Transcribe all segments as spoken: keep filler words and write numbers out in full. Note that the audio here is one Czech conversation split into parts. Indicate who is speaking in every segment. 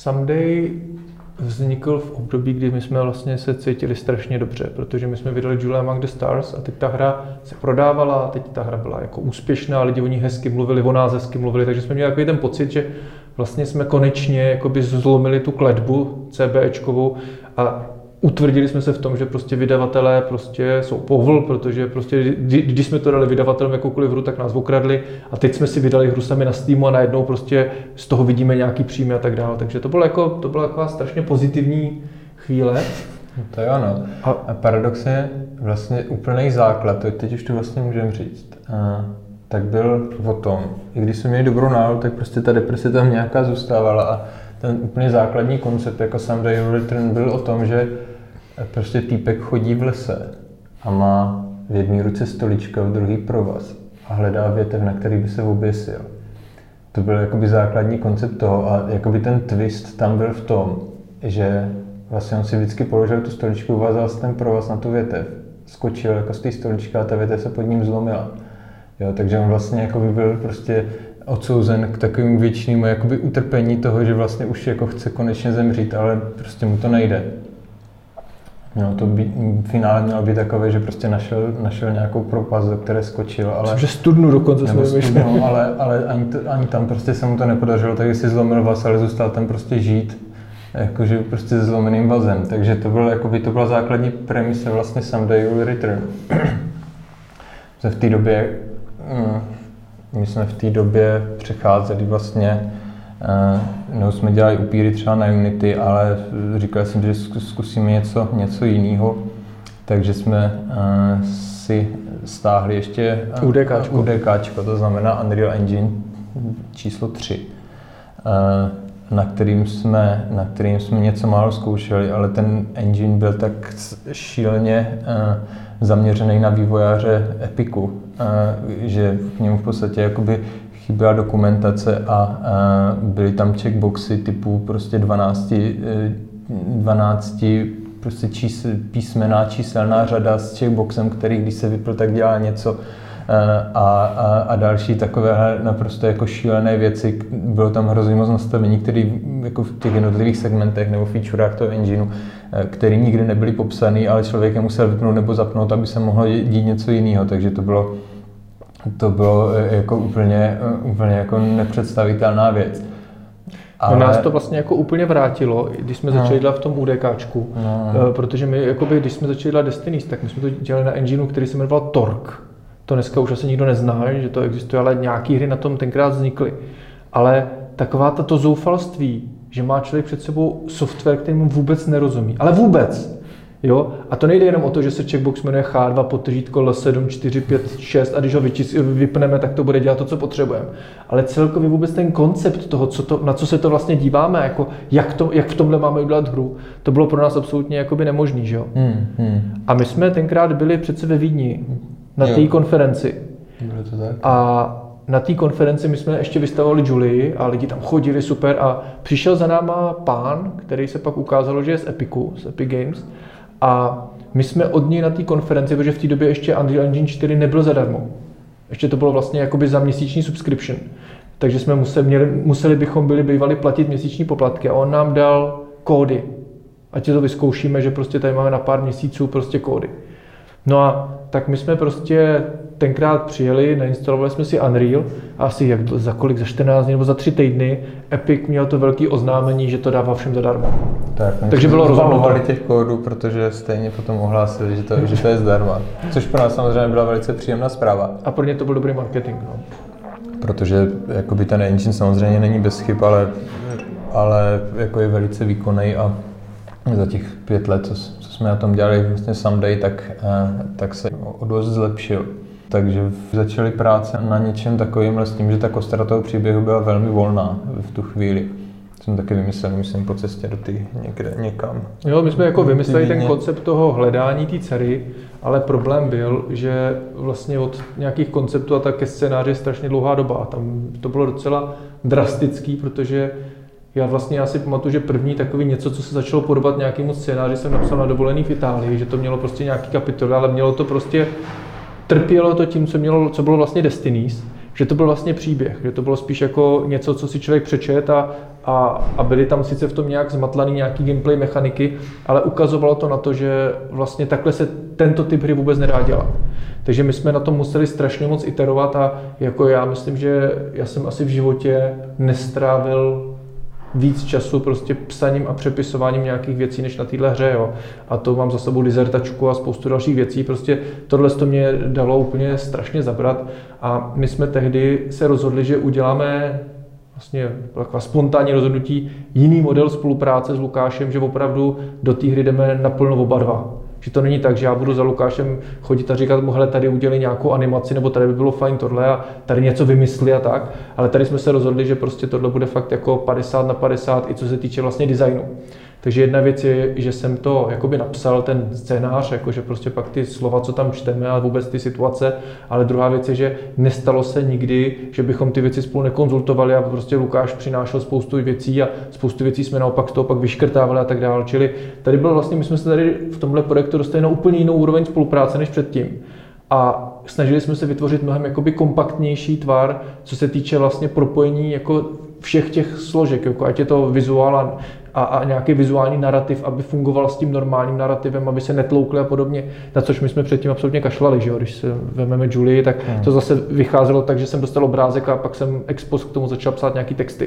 Speaker 1: Someday vznikl v období, kdy my jsme vlastně se cítili strašně dobře, protože my jsme vydali Julia Among the Stars a teď ta hra se prodávala, teď ta hra byla jako úspěšná, lidi o ní hezky mluvili, o nás hezky mluvili, takže jsme měli takový ten pocit, že vlastně jsme konečně jakoby zlomili tu kletbu CBčkovou a utvrdili jsme se v tom, že prostě vydavatelé prostě jsou povl, protože prostě když jsme to dali vydavatelům jakoukoliv hru, tak nás okradli a teď jsme si vydali hru sami na Steamu a najednou prostě z toho vidíme nějaký příjmy a tak dále. Takže to bylo jako, to byla taková strašně pozitivní chvíle.
Speaker 2: To jo, no. A, a paradox je vlastně úplný základ, to teď už to vlastně můžeme říct, a, tak byl o tom, i když jsme měli dobrou náladu, tak prostě ta deprese tam nějaká zůstávala a ten úplně základní koncept jako Someday You'll Return byl o tom, že prostě týpek chodí v lese a má v jedné ruce stolička, v druhý provaz a hledá větev, na který by se oběsil. To byl jakoby základní koncept toho a jakoby ten twist tam byl v tom, že vlastně on si vždycky položil tu stoličku, uvázal si ten provaz na tu větev, skočil jako z té stoličky a ta větev se pod ním zlomila. Jo, takže on vlastně jakoby byl prostě odsouzen k takovému věčnému jakoby utrpení toho, že vlastně už jako chce konečně zemřít, ale prostě mu to nejde. No, to by, finále mělo být takové, že prostě našel, našel nějakou propast, do které skočil, ale...
Speaker 1: Myslím, že studnu dokonce jsme
Speaker 2: vyšli. Ale, ale ani, to, ani tam prostě se mu to nepodařilo, takže si zlomil vaz, ale zůstal tam prostě žít, jakože prostě se zlomeným vazem. Takže to, bylo, jakoby, to byla základní premise vlastně Someday You'll Return. v té době, my jsme v té době přecházeli vlastně, no jsme dělali upíry třeba na Unity, ale říkal jsem, že zkusíme něco, něco jiného, takže jsme si stáhli ještě
Speaker 1: UDKčko.
Speaker 2: UDKčko, to znamená Unreal Engine číslo tři, na kterým jsme, na kterým jsme něco málo zkoušeli, ale ten engine byl tak šíleně zaměřený na vývojáře Epiku, že v něm v podstatě jakoby chyběla dokumentace a byly tam checkboxy typu prostě dvanácti, dvanácti prostě čísl, písmená číselná řada s checkboxem, který když se vypl, tak dělá něco a, a, a další takové naprosto jako šílené věci. Bylo tam hrozně moc nastavení, které jako v těch jednotlivých segmentech nebo featurách toho engineu, které nikdy nebyly popsané, ale člověk je musel vypnout nebo zapnout, aby se mohlo dít něco jiného, takže to bylo To bylo jako úplně, úplně jako nepředstavitelná věc.
Speaker 1: Ale... No nás to vlastně jako úplně vrátilo, když jsme no. začali dělat v tom UDKčku, no, no. protože my, jakoby, když jsme začali dělat Destinies, tak my jsme to dělali na engineu, který se jmenoval Torque. To dneska už asi nikdo nezná, že to existuje, ale nějaký hry na tom tenkrát vznikly. Ale taková to zoufalství, že má člověk před sebou software, který mu vůbec nerozumí, ale vůbec. Jo? A to nejde jenom o to, že se checkbox jmenuje H dva podtržítko L sedm čtyři pět šest a když ho vyčis, vypneme, tak to bude dělat to, co potřebujeme. Ale celkově vůbec ten koncept toho, co to, na co se to vlastně díváme, jako jak, to, jak v tomhle máme udělat hru, to bylo pro nás absolutně jakoby nemožný. Že jo? Hmm, hmm. A my jsme tenkrát byli přece ve Vídni na té konferenci.
Speaker 2: Bylo to tak.
Speaker 1: A na té konferenci my jsme ještě vystavovali Julii a lidi tam chodili super a přišel za náma pán, který se pak ukázalo, že je z Epiku, z Epic Games. A my jsme od něj na té konferenci, protože v té době ještě Unreal Engine čtyři nebyl zadarmo. Ještě to bylo vlastně jakoby za měsíční subscription. Takže jsme museli, měli, museli bychom byli bývali platit měsíční poplatky a on nám dal kódy. Ať to vyzkoušíme, že prostě tady máme na pár měsíců prostě kódy. No a tak my jsme prostě tenkrát přijeli, nainstalovali jsme si Unreal a asi jak za kolik, za čtrnáct dní nebo za tři týdny Epic měl to velké oznámení, že to dává všem zadarmo.
Speaker 2: Tak,
Speaker 1: takže bylo rozhodnuto.
Speaker 2: těch kódů, protože stejně potom ohlásili, že to, že to je zdarma. Což pro nás samozřejmě byla velice příjemná zpráva.
Speaker 1: A pro ně to byl dobrý marketing. No.
Speaker 2: Protože jakoby ten engine samozřejmě není bez chyb, ale, ale jako je velice výkonný a za těch pět let, co, co jsme na tom dělali vlastně Someday, tak, tak se o dost zlepšil. Takže začali práce na něčem takovým s tím, že ta kostra toho příběhu byla velmi volná v tu chvíli. Jsem taky vymyslel, myslím, po cestě do ty někde, někam.
Speaker 1: Jo, my jsme jako vymysleli ten koncept toho hledání té dcery, ale problém byl, že vlastně od nějakých konceptů a tak ke scénáři je strašně dlouhá doba. Tam to bylo docela drastický, protože já vlastně já si pamatuju, že první takový něco, co se začalo podobat nějakému scénáři, jsem napsal na dovolený v Itálii, že to mělo prostě nějaký kapitoly, ale mělo to prostě, trpělo to tím, co, mělo, co bylo vlastně Destinies, že to byl vlastně příběh, že to bylo spíš jako něco, co si člověk přečet a a, a byly tam sice v tom nějak zmatlaný nějaký gameplay mechaniky, ale ukazovalo to na to, že vlastně takhle se tento typ hry vůbec nedá dělat. Takže my jsme na tom museli strašně moc iterovat a jako já myslím, že já jsem asi v životě nestrávil víc času prostě psaním a přepisováním nějakých věcí než na téhle hře, jo. A to mám za sebou dizertačku a spoustu dalších věcí, prostě tohle to mě dalo úplně strašně zabrat a my jsme tehdy se rozhodli, že uděláme vlastně taková spontánní rozhodnutí, jiný model spolupráce s Lukášem, že opravdu do té hry jdeme naplno oba dva. Že to není tak, že já budu za Lukášem chodit a říkat mu, hele, tady udělali nějakou animaci, nebo tady by bylo fajn tohle a tady něco vymysli a tak. Ale tady jsme se rozhodli, že prostě tohle bude fakt jako padesát na padesát, i co se týče vlastně designu. Takže jedna věc je, že jsem to jakoby napsal, ten scénář, jakože prostě pak ty slova, co tam čteme, ale vůbec ty situace, ale druhá věc je, že nestalo se nikdy, že bychom ty věci spolu nekonzultovali a prostě Lukáš přinášel spoustu věcí a spoustu věcí jsme naopak z toho pak vyškrtávali a tak dále. Čili tady bylo vlastně, my jsme se tady v tomhle projektu dostali na úplně jinou úroveň spolupráce než předtím. A snažili jsme se vytvořit mnohem jakoby kompaktnější tvar, co se týče vlastně propojení jako všech těch složek, jako ať je to vizuál a, a, a nějaký vizuální narrativ, aby fungoval s tím normálním narrativem, aby se netloukli a podobně, na což my jsme předtím absolutně kašlali, že jo? Když se vezmeme Julii, tak to zase vycházelo tak, že jsem dostal obrázek a pak jsem ex post k tomu začal psát nějaký texty.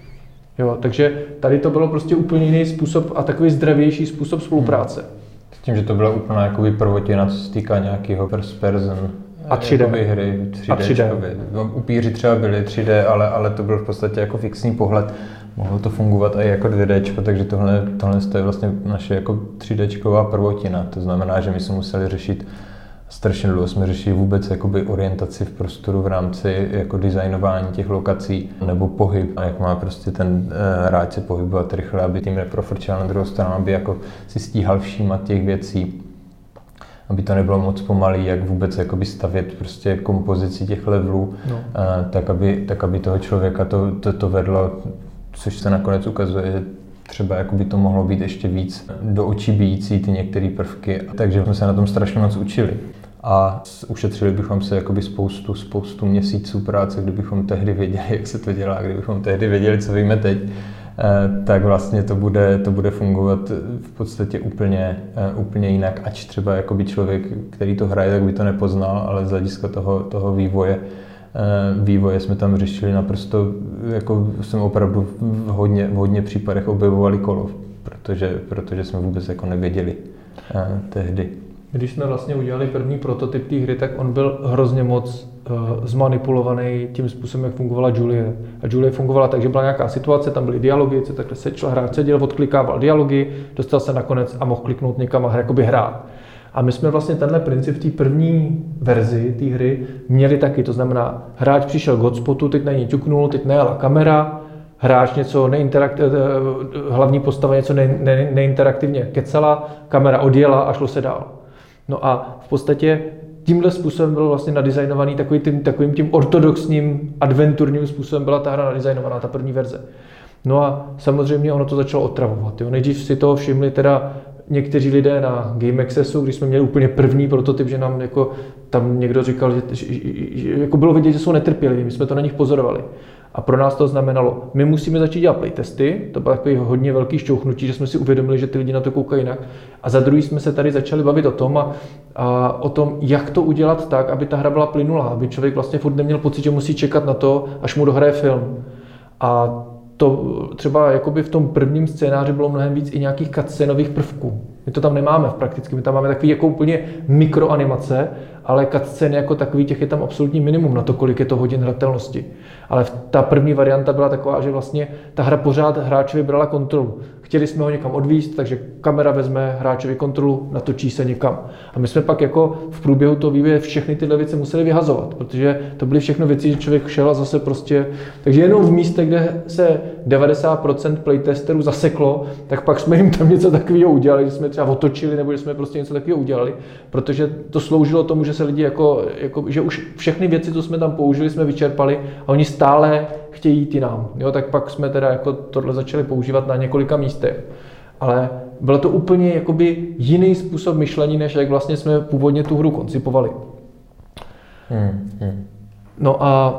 Speaker 1: Jo, takže tady to bylo prostě úplně jiný způsob a takový zdravější způsob spolupráce. Hmm.
Speaker 2: S tím, že to byla úplná jakoby prvotina, co se týká nějakého first person
Speaker 1: a tři dé
Speaker 2: hry, tři dé.
Speaker 1: A tři dé.
Speaker 2: Upíři třeba byly tři dé, ale, ale to byl v podstatě jako fixní pohled. Mohlo to fungovat i jako dvě dé, takže tohle, tohle je vlastně naše jako tři déčková prvotina. To znamená, že my jsme museli řešit strašně dlouho jsme řešili vůbec jakoby orientaci v prostoru v rámci jako designování těch lokací nebo pohyb a jak má prostě ten hráč se pohybovat rychle, aby tím neprofrčel na druhou stranu, aby jako si stíhal všímat těch věcí, aby to nebylo moc pomalý, jak vůbec jakoby stavět prostě kompozici těch levelů, no. tak, aby, tak aby toho člověka to, to, to vedlo, což se nakonec ukazuje, že třeba jako by to mohlo být ještě víc do očí bijící ty některé prvky, takže jsme se na tom strašně moc učili. A ušetřili bychom se jakoby spoustu, spoustu měsíců práce, kdybychom tehdy věděli, jak se to dělá, kdybychom tehdy věděli, co víme teď, tak vlastně to bude, to bude fungovat v podstatě úplně, úplně jinak, ač třeba jakoby člověk, který to hraje, tak by to nepoznal, ale z hlediska toho, toho vývoje vývoje jsme tam řešili naprosto, jako jsem opravdu v hodně, v hodně případech objevovali kolo, protože, protože jsme vůbec jako nevěděli eh, tehdy.
Speaker 1: Když jsme vlastně udělali první prototyp té hry, tak on byl hrozně moc uh, zmanipulovaný tím způsobem, jak fungovala Julie. A Julie fungovala tak, že byla nějaká situace, tam byly dialogy, co takhle sečl, hráč seděl, odklikával dialogy, dostal se nakonec a mohl kliknout někam a jakoby hrát. A my jsme vlastně tenhle princip v té první verzi té hry měli taky, to znamená, hráč přišel k hotspotu, teď na něj ťuknul, teď nejela kamera, hráč něco neinteraktivně, hlavní postava něco ne, ne, neinteraktivně kecala, kamera odjela a šlo se dál. No a v podstatě tímhle způsobem byl vlastně nadizajnovaný takový tím, takovým tím ortodoxním, adventurním způsobem byla ta hra nadizajnovaná, ta první verze. No a samozřejmě ono to začalo otravovat. Jo. Nejdřív si toho všimli teda někteří lidé na Game Accessu, když jsme měli úplně první prototyp, že nám jako, tam někdo říkal, že, že, že jako bylo vidět, že jsou netrpěliví, my jsme to na nich pozorovali. A pro nás to znamenalo, my musíme začít dělat playtesty, to bylo takový hodně velký šťouchnutí, že jsme si uvědomili, že ty lidi na to koukají jinak. A za druhý jsme se tady začali bavit o tom, a, a o tom, jak to udělat tak, aby ta hra byla plynulá, aby člověk vlastně furt neměl pocit, že musí čekat na to, až mu dohraje film. A to třeba jakoby v tom prvním scénáři bylo mnohem víc i nějakých cutscenových prvků. My to tam nemáme prakticky, my tam máme takový jako úplně mikroanimace, ale cutscény jako takový, těch je tam absolutní minimum na to, kolik je to hodin hratelnosti. Ale ta první varianta byla taková, že vlastně ta hra pořád hráčovi brala kontrolu. Chtěli jsme ho někam odvízt, takže kamera vezme hráčovi kontrolu, natočí se někam. A my jsme pak jako v průběhu toho vývoje všechny tyhle věci museli vyhazovat, protože to byly všechno věci, že člověk šel a zase prostě... Takže jenom v místě, kde se devadesát procent playtesterů zaseklo, tak pak jsme jim tam něco takového udělali, že jsme třeba otočili, nebo že jsme prostě něco takového udělali, protože to sloužilo tomu, že se lidi jako, jako že už všechny věci, co jsme tam použili, jsme vyčerpali a oni stále chtějí jít jinam. Jo, tak pak jsme teda jako tohle začali používat na několika místech. Ale byl to úplně jakoby jiný způsob myšlení, než jak vlastně jsme původně tu hru koncipovali. Hmm, hmm. No a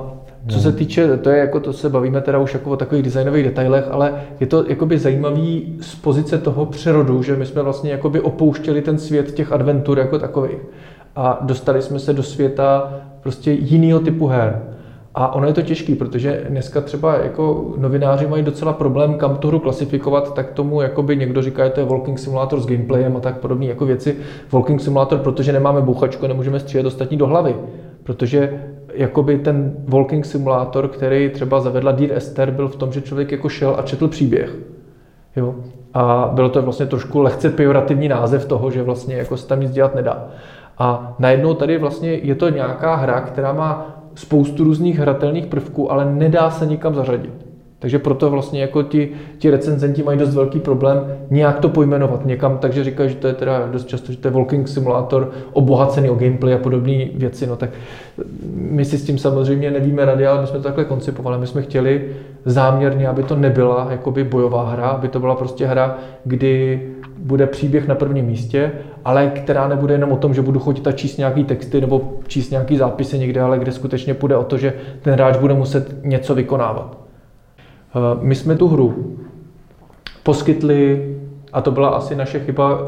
Speaker 1: Co se týče, to je jako, to se bavíme teda už jako o takových designových detailech, ale je to jakoby zajímavý z pozice toho přerodu, že my jsme vlastně jakoby opouštěli ten svět těch adventur jako takových a dostali jsme se do světa prostě jiného typu her. A ono je to těžký, protože dneska třeba jako novináři mají docela problém, kam tu hru klasifikovat, tak tomu jakoby někdo říká, že to je walking simulator s gameplayem a tak podobné jako věci. Walking simulator, protože nemáme bouchačku, nemůžeme střílet ostatní do hlavy, protože jakoby ten walking simulátor, který třeba zavedla Dear Esther, byl v tom, že člověk jako šel a četl příběh. Jo? A bylo to vlastně trošku lehce pejorativní název toho, že vlastně jako se tam nic dělat nedá. A najednou tady vlastně je to nějaká hra, která má spoustu různých hratelných prvků, ale nedá se nikam zařadit. Takže proto vlastně jako ti, ti recenzenti mají dost velký problém nějak to pojmenovat někam, takže říkají, že to je teda dost často, že to je walking simulátor obohacený o gameplay a podobné věci. No tak my si s tím samozřejmě nevíme rady, ale my jsme to takhle koncipovali. My jsme chtěli záměrně, aby to nebyla jakoby bojová hra, aby to byla prostě hra, kdy bude příběh na prvním místě, ale která nebude jenom o tom, že budu chodit a číst nějaký texty nebo číst nějaký zápisy někde, ale kde skutečně půjde o to, že ten hráč bude muset něco vykonávat. My jsme tu hru poskytli, a to byla asi naše chyba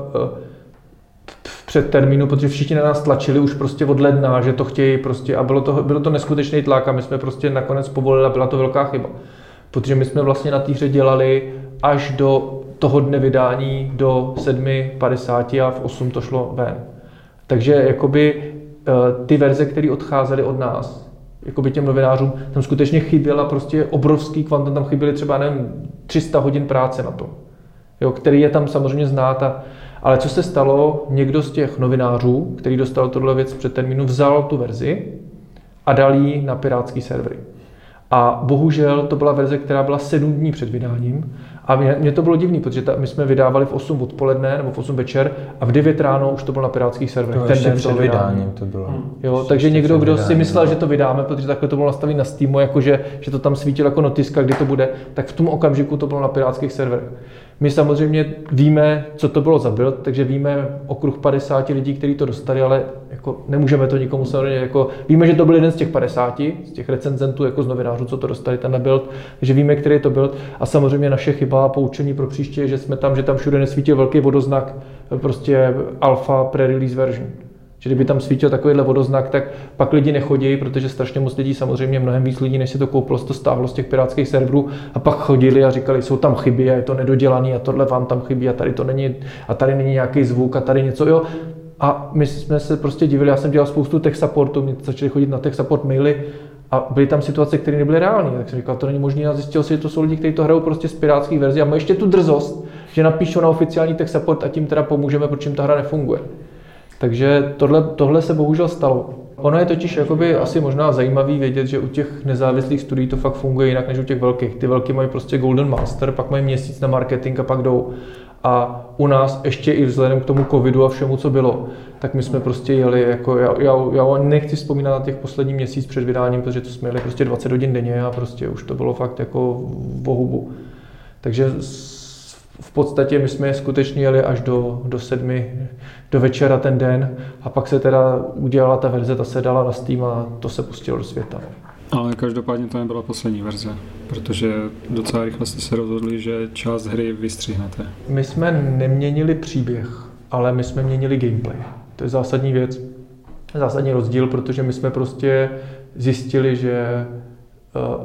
Speaker 1: v předtermínu, protože všichni na nás tlačili už prostě od ledna, že to chtějí prostě a bylo to, bylo to neskutečný tlak a my jsme prostě nakonec povolili a byla to velká chyba. Protože my jsme vlastně na té hře dělali až do toho dne vydání do sedm padesát a v osm to šlo ven. Takže jakoby ty verze, které odcházely od nás, jakoby těm novinářům, tam skutečně chyběla prostě obrovský kvantum, tam chyběly třeba, nevím, tři sta hodin práce na to, jo, který je tam samozřejmě znát. A, ale co se stalo, někdo z těch novinářů, který dostal tohle věc před termínu, vzal tu verzi a dal ji na pirátský servery. A bohužel to byla verze, která byla sedm dní před vydáním. A mě, mě to bylo divný, protože ta, my jsme vydávali v osm odpoledne nebo v osm večer a v devět ráno už to bylo na pirátských serverech.
Speaker 2: Ten den před vydáním to bylo.
Speaker 1: Hmm. Jo, takže někdo, kdo si myslel, že to vydáme, protože takhle to bylo nastavené na Steamu, jakože, že to tam svítilo jako notiska, kdy to bude, tak v tom okamžiku to bylo na pirátských serverech. My samozřejmě víme, co to bylo za build, takže víme okruh padesát lidí, kteří to dostali, ale jako nemůžeme to nikomu samozřejmě, jako víme, že to byl jeden z těch padesáti, z těch recenzentů, jako z novinářů, co to dostali, ten build, takže víme, který to byl. A samozřejmě naše chyba a poučení pro příště, že jsme tam, že tam všude nesvítil velký vodoznak, prostě alpha pre-release version. Že kdyby tam svítil takovýhle vodoznak, tak pak lidi nechodí, protože strašně moc lidí, samozřejmě mnohem víc lidí, než si to koupilo, to stáhlo z těch pirátských serverů a pak chodili a říkali, jsou tam chyby a je to nedodělaný a tohle vám tam chybí a tady to není, a tady není nějaký zvuk a tady něco, jo. A my jsme se prostě divili, já jsem dělal spoustu tech supportu, mě začali chodit na tech support maily a byly tam situace, které nebyly reální, tak jsem říkal, to není možné a zjistil si, že to jsou lidi, kteří to hrajou prostě z pirátských verzí a mají ještě tu drzost, že napíšou na oficiální tech support a tím teda pomůžeme, proč jim ta hra nefunguje. Takže tohle, tohle se bohužel stalo. Ono je totiž jakoby asi možná zajímavý vědět, že u těch nezávislých studií to fakt funguje jinak než u těch velkých. Ty velký mají prostě Golden Master, pak mají měsíc na marketing a pak jdou. A u nás ještě i vzhledem k tomu covidu a všemu, co bylo, tak my jsme prostě jeli, jako já, já, já nechci vzpomínat na těch poslední měsíc před vydáním, protože to jsme jeli prostě dvacet hodin denně a prostě už to bylo fakt jako v hubu. Takže v podstatě my jsme skutečně jeli až do, do sedmi, do večera ten den a pak se teda udělala ta verze, ta se dala na Steam a to se pustilo do světa.
Speaker 3: Ale každopádně to nebyla poslední verze, protože docela rychle jste se rozhodli, že část hry vystřihnete.
Speaker 1: My jsme neměnili příběh, ale my jsme měnili gameplay. To je zásadní věc, zásadní rozdíl, protože my jsme prostě zjistili, že uh,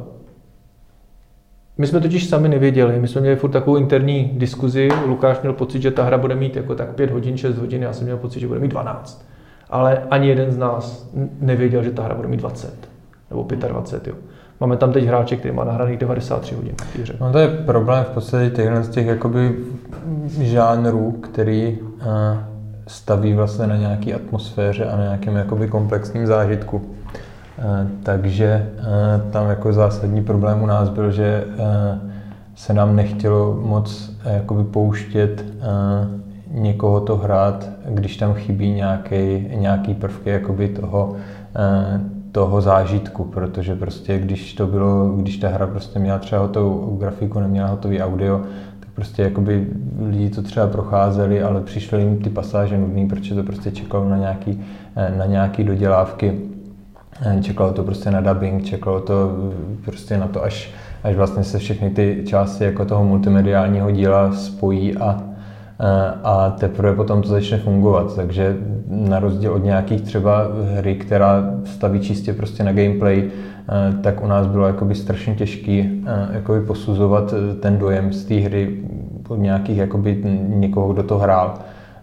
Speaker 1: my jsme totiž sami nevěděli, my jsme měli furt takovou interní diskuzi, Lukáš měl pocit, že ta hra bude mít jako tak pět hodin, šest hodin, já jsem měl pocit, že bude mít dvanáct. Ale ani jeden z nás nevěděl, že ta hra bude mít dvacet nebo dvacet pět. Jo. Máme tam teď hráče, který má nahraných devadesát tři hodin.
Speaker 2: No to je problém v podstatě těchhle z těch jakoby žánrů, který uh, staví vlastně na nějaký atmosféře a na nějakém jakoby komplexním zážitku. Uh, takže uh, tam jako zásadní problém u nás byl, že uh, se nám nechtělo moc uh, jakoby pouštět uh, někoho to hrát, když tam chybí nějaký, nějaký prvky jakoby toho, uh, toho zážitku, protože prostě když to bylo, když ta hra prostě měla třeba hotovou grafiku, neměla hotový audio, tak prostě jakoby lidi to třeba procházeli, ale přišly jim ty pasáže nudný, protože to prostě čekalo na nějaký, na nějaký dodělávky. Čekalo to prostě na dubbing, čekalo to prostě na to, až, až vlastně se všechny ty části jako toho multimediálního díla spojí a, a teprve potom to začne fungovat. Takže na rozdíl od nějakých třeba hry, která staví čistě prostě na gameplay, tak u nás bylo jakoby strašně těžký jakoby posuzovat ten dojem z té hry od nějakých jakoby někoho, kdo to hrál.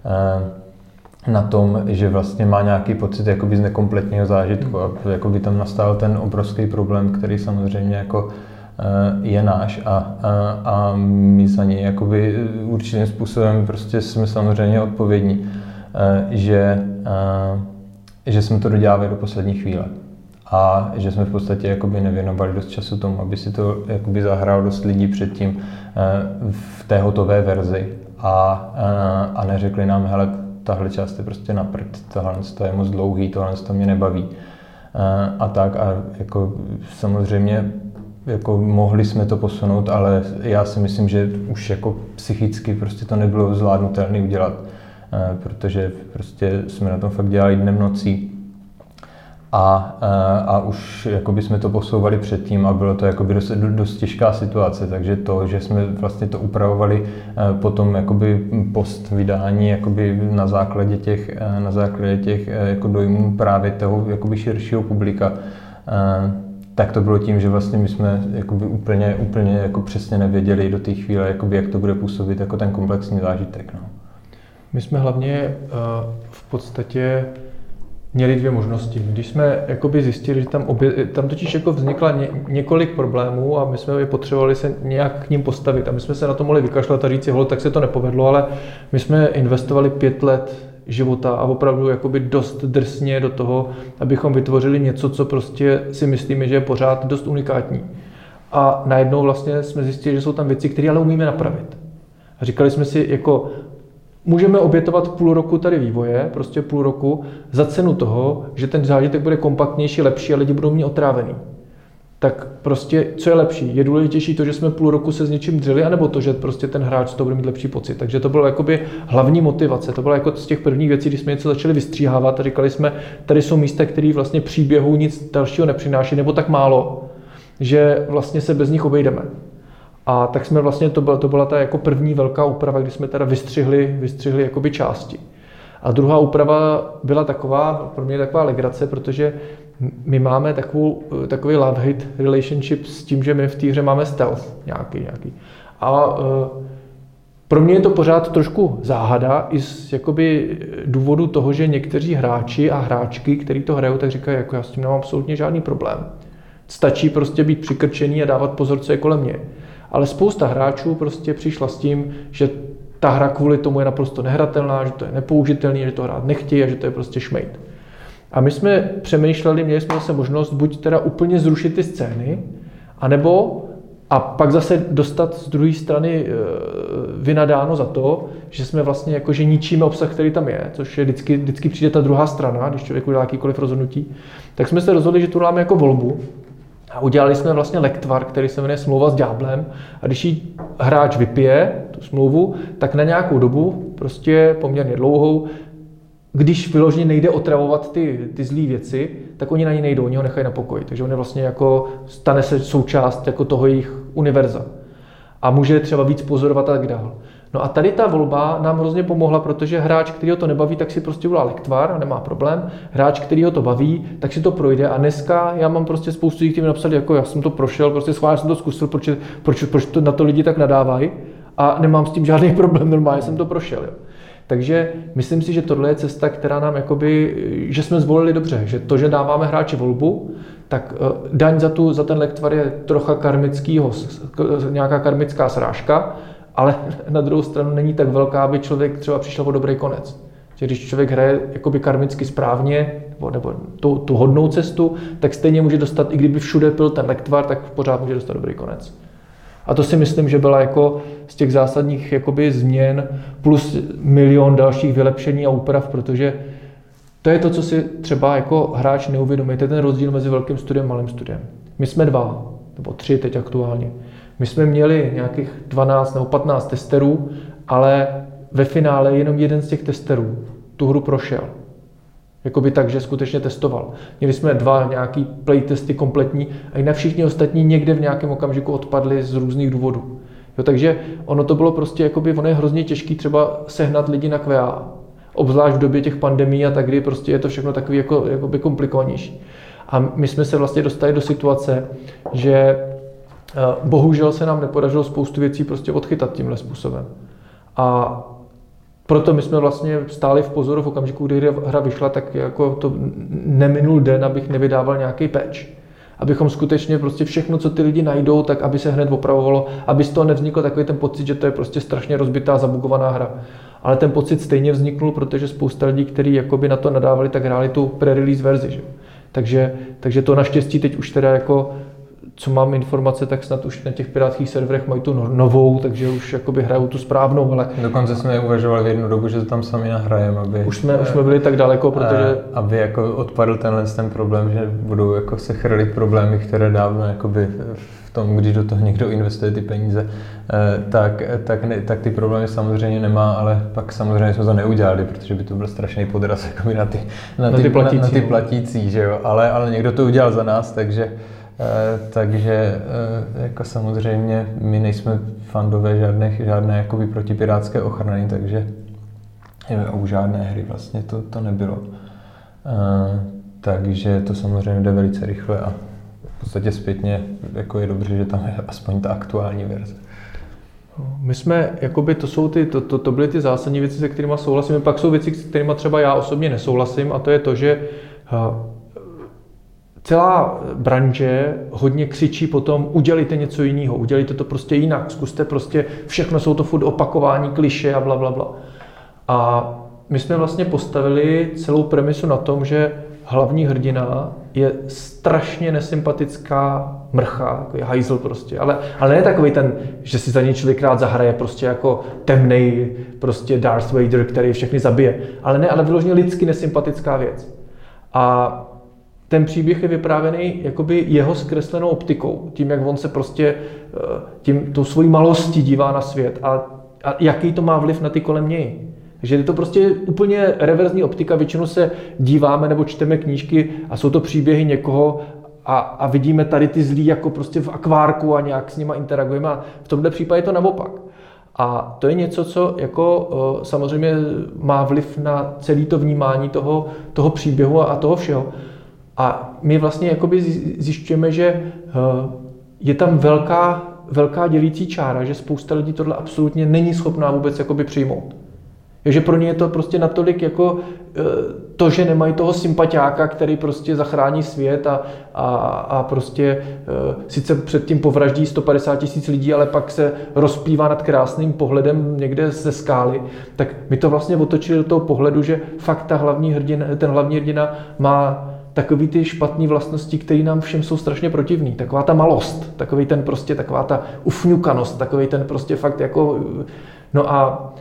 Speaker 2: Na tom, že vlastně má nějaký pocit jakoby z nekompletního zážitku a jakoby tam nastal ten obrovský problém, který samozřejmě jako je náš a, a, a my za něj jakoby určitým způsobem prostě jsme samozřejmě odpovědní, že, že jsme to dodělali do poslední chvíle a že jsme v podstatě jakoby nevěnovali dost času tomu, aby si to jakoby zahrál dost lidí předtím v té hotové verzi a, a neřekli nám, hele, tahle část je prostě na prd, tohle je moc dlouhý, tohle to mě nebaví a tak a jako samozřejmě jako mohli jsme to posunout, ale já si myslím, že už jako psychicky prostě to nebylo zvládnutelné udělat, protože prostě jsme na tom fakt dělali dnem nocí a, a už jakoby jsme to posouvali předtím a bylo to jakoby dost, dost těžká situace, takže to, že jsme vlastně to upravovali potom jakoby post vydání jakoby na základě těch, na základě těch jako dojmů právě toho jakoby širšího publika, tak to bylo tím, že vlastně my jsme jakoby úplně, úplně jako přesně nevěděli do té chvíle, jakoby, jak to bude působit jako ten komplexní zážitek. No.
Speaker 1: My jsme hlavně uh, v podstatě měli dvě možnosti. Když jsme jakoby zjistili, že tam, obě, tam totiž jako vznikla ně, několik problémů a my jsme je potřebovali se nějak k ním postavit a my jsme se na to mohli vykašlat a říct si, holo, tak se to nepovedlo, ale my jsme investovali pět let života a opravdu jakoby dost drsně do toho, abychom vytvořili něco, co prostě si myslíme, že je pořád dost unikátní. A najednou vlastně jsme zjistili, že jsou tam věci, které ale umíme napravit. A říkali jsme si, jako můžeme obětovat půl roku tady vývoje, prostě půl roku, za cenu toho, že ten zážitek bude kompaktnější, lepší a lidi budou mít otrávený. Tak prostě, co je lepší? Je důležitější to, že jsme půl roku se s něčím dřeli, anebo to, že prostě ten hráč z toho bude mít lepší pocit. Takže to bylo jakoby hlavní motivace. To bylo jako z těch prvních věcí, když jsme něco začali vystříhávat a říkali jsme, tady jsou místa, které vlastně příběhu nic dalšího nepřináší, nebo tak málo, že vlastně se bez nich obejdeme. A tak jsme vlastně, to byla, to byla ta jako první velká úprava, kdy jsme teda vystřihli, vystřihli jakoby části. A druhá úprava byla taková, pro mě taková legrace, protože my máme takovou, takový love-hate relationship s tím, že my v té hře máme stealth nějaký, nějaký. A uh, pro mě je to pořád trošku záhada i z jakoby důvodu toho, že někteří hráči a hráčky, kteří to hrajou, tak říkají, jako já s tím nemám absolutně žádný problém. Stačí prostě být přikrčený a dávat pozor, co je kolem mě. Ale spousta hráčů prostě přišla s tím, že ta hra kvůli tomu je naprosto nehratelná, že to je nepoužitelný, že to hrát nechtějí a že to je prostě šmejt. A my jsme přemýšleli, měli jsme zase možnost buď teda úplně zrušit ty scény, anebo a pak zase dostat z druhé strany e, vynadáno za to, že jsme vlastně jakože ničíme obsah, který tam je, což je vždycky, vždycky přijde ta druhá strana, když člověk udělá jakýkoliv rozhodnutí. Tak jsme se rozhodli, že tu dáme jako volbu a udělali jsme vlastně lektvar, který se jmenuje Smlouva s ďáblem a když ji hráč vypije, tu smlouvu, tak na nějakou dobu, prostě poměrně dlouhou, když vyloženě nejde otravovat ty, ty zlý věci, tak oni na ní nejdou, oni ho nechají na pokoji. Takže on je vlastně jako, stane se součást jako toho jejich univerza. A může třeba víc pozorovat a tak dál. No a tady ta volba nám hrozně pomohla, protože hráč, který ho to nebaví, tak si prostě udělá lektvar a nemá problém. Hráč, který ho to baví, tak si to projde. A dneska já mám prostě spoustu lidí, kteří mi napsali, jako já jsem to prošel, prostě schválně jsem to zkusil, proč, proč, proč to na to lidi tak nadávají. A nemám s tím žádný problém, normálně jsem to prošel. Jo. Takže myslím si, že tohle je cesta, která nám jakoby, že jsme zvolili dobře, že to, že dáváme hráči volbu, tak daň za, tu, za ten lektvar je trocha karmickýho, nějaká karmická srážka, ale na druhou stranu není tak velká, aby člověk třeba přišel o dobrý konec. Že když člověk hraje jakoby karmicky správně, nebo, nebo tu, tu hodnou cestu, tak stejně může dostat, i kdyby všude byl ten lektvar, tak pořád může dostat dobrý konec. A to si myslím, že byla jako z těch zásadních jakoby změn plus milion dalších vylepšení a úprav, protože to je to, co si třeba jako hráč neuvědomí. To je ten rozdíl mezi velkým studiem a malým studiem. My jsme dva, nebo tři teď aktuálně. My jsme měli nějakých dvanáct nebo patnáct testerů, ale ve finále jenom jeden z těch testerů tu hru prošel. Jakoby tak, že skutečně testoval. Měli jsme dva nějaký playtesty kompletní a jinak všichni ostatní někde v nějakém okamžiku odpadli z různých důvodů. Jo, takže ono to bylo prostě, jakoby, ono je hrozně těžký třeba sehnat lidi na Q A. Obzvlášť v době těch pandemií a tak, kdy prostě je to všechno takový jako, jakoby komplikovanější. A my jsme se vlastně dostali do situace, že bohužel se nám nepodařilo spoustu věcí prostě odchytat tímhle způsobem. A proto my jsme vlastně stáli v pozoru v okamžiku, kdy hra vyšla, tak jako to neminul den, abych nevydával nějaký patch. Abychom skutečně prostě všechno, co ty lidi najdou, tak aby se hned opravovalo, aby z toho nevznikl takový ten pocit, že to je prostě strašně rozbitá, zabugovaná hra. Ale ten pocit stejně vzniknul, protože spousta lidí, kteří jakoby na to nadávali, tak hráli tu pre-release verzi. Že? Takže, takže to naštěstí teď už teda jako, co mám informace, tak snad už na těch pirátských serverech mají tu novou, takže už jakoby hrajou tu správnou, ale...
Speaker 2: Dokonce jsme uvažovali v jednu dobu, že to tam sami nahrajeme, aby...
Speaker 1: Už jsme, už jsme byli tak daleko, protože...
Speaker 2: Aby jako odpadl tenhle ten problém, že budou jako se chrlit problémy, které dávno jakoby v tom, když do toho někdo investuje ty peníze, tak, tak, ne, tak ty problémy samozřejmě nemá, ale pak samozřejmě jsme to neudělali, protože by to byl strašný podraz jakoby na ty, na
Speaker 1: na
Speaker 2: ty,
Speaker 1: ty platící,
Speaker 2: na, na ty platící, že jo, ale, ale někdo to udělal za nás, takže takže jako samozřejmě my nejsme fandové žádné, žádné jakoby protipirátské ochrany, takže u žádné hry vlastně to, to nebylo. Takže to samozřejmě jde velice rychle a v podstatě zpětně jako je dobře, že tam je aspoň ta aktuální verze.
Speaker 1: My jsme, jakoby to jsou ty, to, to, to byly ty zásadní věci, se kterými souhlasím, pak jsou věci, s kterými třeba já osobně nesouhlasím, a to je to, že celá branže hodně křičí potom, udělejte něco jiného, udělejte to prostě jinak, zkuste prostě, všechno jsou to furt opakování, klišé a bla, bla, bla. A my jsme vlastně postavili celou premisu na tom, že hlavní hrdina je strašně nesympatická mrcha, takový hajzl prostě, ale, ale ne takový ten, že si za něj člověk rád zahraje prostě jako temnej prostě Darth Vader, který všechny zabije, ale ne, ale vyloženě lidsky nesympatická věc. A ten příběh je vyprávěný jakoby jeho zkreslenou optikou, tím, jak on se prostě tím, tou svojí malostí dívá na svět a, a jaký to má vliv na ty kolem něj. Takže je to prostě úplně reverzní optika, většinou se díváme nebo čteme knížky a jsou to příběhy někoho a, a vidíme tady ty zlí jako prostě v akvárku a nějak s nima interagujeme a v tomhle případě je to naopak. A to je něco, co jako samozřejmě má vliv na celé to vnímání toho, toho příběhu a toho všeho. A my vlastně jakoby zjišťujeme, že je tam velká, velká dělící čára, že spousta lidí tohle absolutně není schopná vůbec jakoby přijmout. Takže pro ně je to prostě natolik jako to, že nemají toho sympatiáka, který prostě zachrání svět a, a, a prostě sice předtím povraždí sto padesát tisíc lidí, ale pak se rozplývá nad krásným pohledem někde ze skály, tak my to vlastně otočili do toho pohledu, že fakt ta hlavní hrdina, ten hlavní hrdina má takový ty špatné vlastnosti, které nám všem jsou strašně protivný. Taková ta malost, takový ten prostě, taková ta ufňukanost, takový ten prostě fakt jako... No a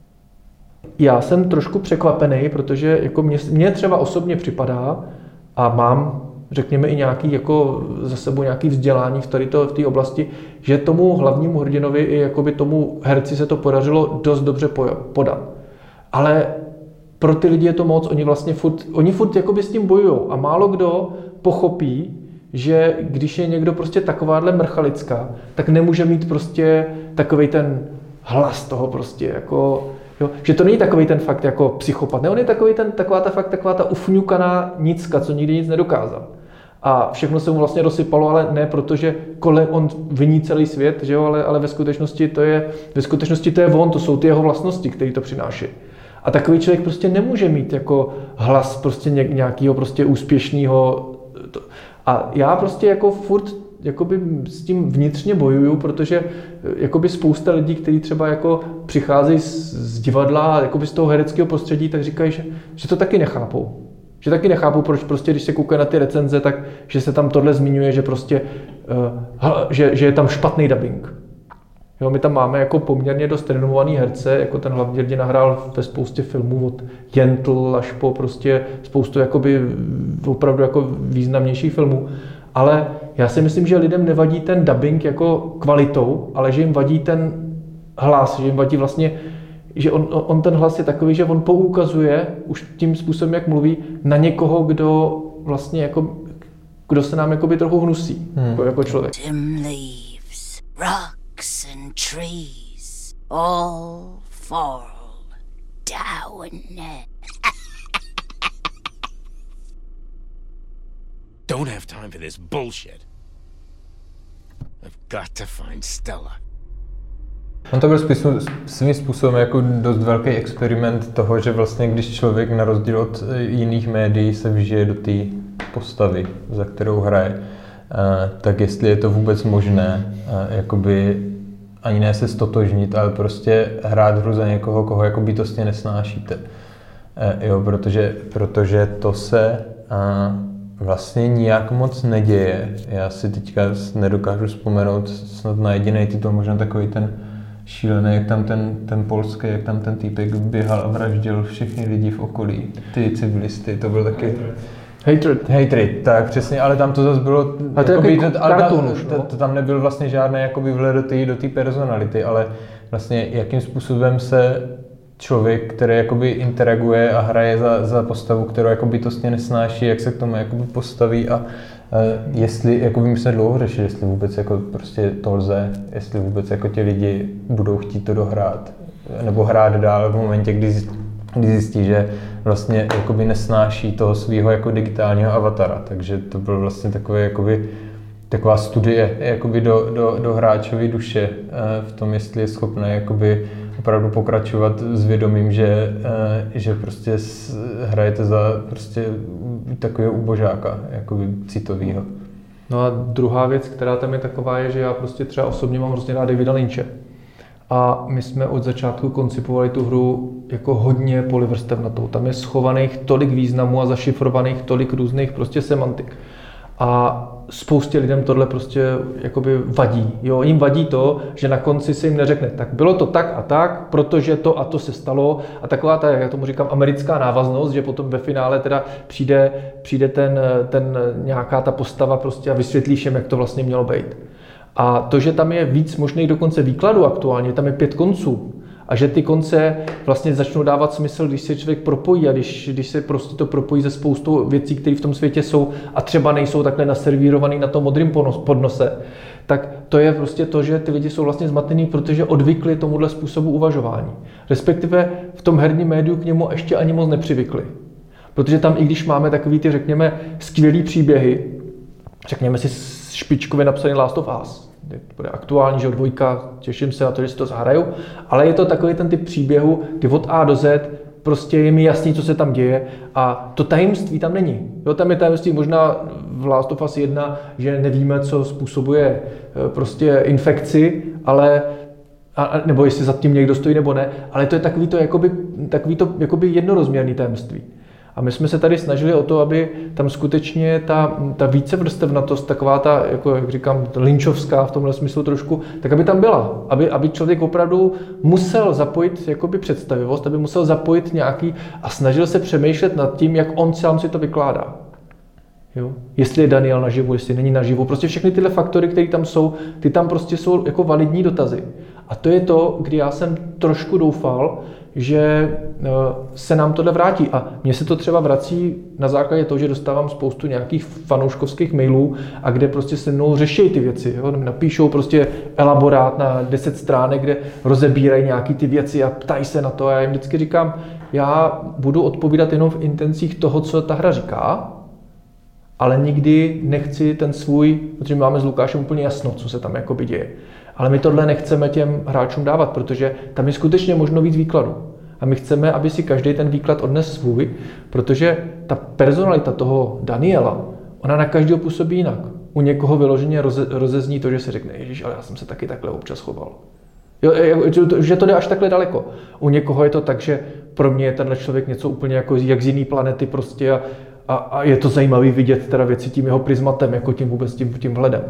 Speaker 1: já jsem trošku překvapený, protože jako mě, mě třeba osobně připadá a mám, řekněme, i nějaký jako za sebou nějaký vzdělání v tady to, v té oblasti, že tomu hlavnímu hrdinovi i jakoby tomu herci se to podařilo dost dobře podat. Ale pro ty lidi je to moc, oni vlastně furt, oni furt jakoby s tím bojujou a málo kdo pochopí, že když je někdo prostě takováhle mrcha lidská, tak nemůže mít prostě takovej ten hlas toho prostě jako, jo, že to není takovej ten fakt jako psychopat, ne, on je takový ten, taková ta fakt, taková ta ufňukaná nicka, co nikdy nic nedokázal. A všechno se mu vlastně rozsypalo, ale ne protože kolem on viní celý svět, že jo, ale, ale ve skutečnosti to je, ve skutečnosti to je on, to jsou ty jeho vlastnosti, které to přináší. A takový člověk prostě nemůže mít jako hlas prostě nějakého prostě úspěšného. A já prostě jako furt jakoby s tím vnitřně bojuju, protože jakoby spousta lidí, kteří třeba jako přicházejí z, z divadla, jakoby z toho hereckého prostředí, tak říkají, že, že to taky nechápou. Že taky nechápou, proč prostě, když se koukají na ty recenze, tak že se tam tohle zmiňuje, že prostě, uh, že, že je tam špatný dubbing. Jo, my tam máme jako poměrně dost renomovaný herce, jako ten hlavní hrdina hrál ve spoustě filmů od Jentl až po prostě spoustu jakoby opravdu jako významnějších filmů. Ale já si myslím, že lidem nevadí ten dubbing jako kvalitou, ale že jim vadí ten hlas, že jim vadí vlastně, že on, on ten hlas je takový, že on poukazuje už tím způsobem, jak mluví, na někoho, kdo vlastně jako, kdo se nám jakoby trochu hnusí, hmm. jako, jako člověk.
Speaker 4: Dim leaves, rocks and trees, all fall down.
Speaker 5: Don't have time for this bullshit. I've got to find Stella.
Speaker 2: On to byl svým způsobem jako dost velký experiment toho, že vlastně když člověk na rozdíl od jiných médií se vžije do té postavy, za kterou hraje, tak jestli je to vůbec možné, jakoby ani ne se stotožnit, ale prostě hrát hru za někoho, koho jako bytostně nesnášíte. Jo, protože, protože to se vlastně nijak moc neděje. Já si teďka nedokážu vzpomenout snad na jediný titul, možná takový ten šílený, jak tam ten, ten polský, jak tam ten týpek běhal a vraždil všechny lidi v okolí, ty civilisty, to byl taky...
Speaker 1: Hatred.
Speaker 2: Hatred, tak přesně, ale tam to zase bylo...
Speaker 1: A to
Speaker 2: jakoby,
Speaker 1: je
Speaker 2: to,
Speaker 1: kartun
Speaker 2: to,
Speaker 1: už,
Speaker 2: to, to tam nebyl vlastně žádný jakoby vhled do té do té personality, ale vlastně jakým způsobem se člověk, který jakoby interaguje a hraje za, za postavu, kterou jako bytostně nesnáší, jak se k tomu jakoby postaví a Uh, jestli, jako my jsme dlouho řešili, jestli vůbec jako prostě to lze, jestli vůbec jako ti lidi budou chtít to dohrát, nebo hrát dál v momentě, kdy zjistí, kdy zjistí, že vlastně jakoby nesnáší toho svého jako digitálního avatara, takže to byl vlastně takový jakoby taková studie jakoby do, do, do hráčovy duše uh, v tom, jestli je schopný jakoby opravdu pokračovat s vědomím, že, že prostě hrajete za prostě takového ubožáka, jakoby citovýho.
Speaker 1: No a druhá věc, která tam je taková, je, že já prostě třeba osobně mám hrozně rád Davida Lynche. A my jsme od začátku koncipovali tu hru jako hodně polyvrstevnatou. Tam je schovaných tolik významů a zašifrovaných tolik různých prostě semantik. A spoustě lidem tohle prostě jakoby vadí. Jo, jim vadí to, že na konci se jim neřekne, tak bylo to tak a tak, protože to a to se stalo. A taková ta, jak tomu říkám, americká návaznost, že potom ve finále teda přijde, přijde ten, ten nějaká ta postava prostě a vysvětlí všem, jak to vlastně mělo být. A to, že tam je víc možných dokonce výkladů aktuálně, tam je pět konců. A že ty konce vlastně začnou dávat smysl, když se člověk propojí a když, když se prostě to propojí ze spoustou věcí, které v tom světě jsou a třeba nejsou takhle naservírovaný na tom modrým podnose, tak to je prostě to, že ty lidi jsou vlastně zmatený, protože odvykli tomuhle způsobu uvažování. Respektive v tom herním médiu k němu ještě ani moc nepřivykli. Protože tam, i když máme takový ty, řekněme, skvělý příběhy, řekněme si špičkově napsaný Last of Us, bude aktuální, že od dvojka, těším se na to, že si to zahraju, ale je to takový ten typ příběhu, kdy od A do Z prostě je mi jasný, co se tam děje a to tajemství tam není. Jo, tam je tajemství možná v Last of Us jedna, že nevíme, co způsobuje prostě infekci, ale a, nebo jestli za tím někdo stojí nebo ne, ale to je takový to, jakoby, takový to jakoby jednorozměrný tajemství. A my jsme se tady snažili o to, aby tam skutečně ta, ta vícevrstevnatost, taková ta, jako jak říkám, lynchovská v tomhle smyslu trošku, tak aby tam byla. Aby, aby člověk opravdu musel zapojit jakoby představivost, aby musel zapojit nějaký a snažil se přemýšlet nad tím, jak on sám si to vykládá. Jo? Jestli je Daniel naživu, jestli není naživu. Prostě všechny tyhle faktory, které tam jsou, ty tam prostě jsou jako validní dotazy. A to je to, kdy já jsem trošku doufal, že se nám tohle vrátí. A mně se to třeba vrací na základě toho, že dostávám spoustu nějakých fanouškovských mailů a kde prostě se mnou řeší ty věci. Jo? Napíšou prostě elaborát na deset stránek, kde rozebírají nějaký ty věci a ptají se na to. A já jim vždycky říkám, já budu odpovídat jenom v intencích toho, co ta hra říká, ale nikdy nechci ten svůj, protože máme s Lukášem úplně jasno, co se tam jakoby děje. Ale my tohle nechceme těm hráčům dávat, protože tam je skutečně možno víc výkladů. A my chceme, aby si každý ten výklad odnes svůj, protože ta personalita toho Daniela, ona na každého působí jinak. U někoho vyloženě roze, rozezní to, že si řekne, ježiš, ale já jsem se taky takhle občas choval. Jo, že to jde až takhle daleko. U někoho je to tak, že pro mě je tenhle člověk něco úplně jako jak z jiný planety prostě a, a, a je to zajímavý vidět teda věci tím jeho prismatem, jako tím vůbec tím, tím vhledem.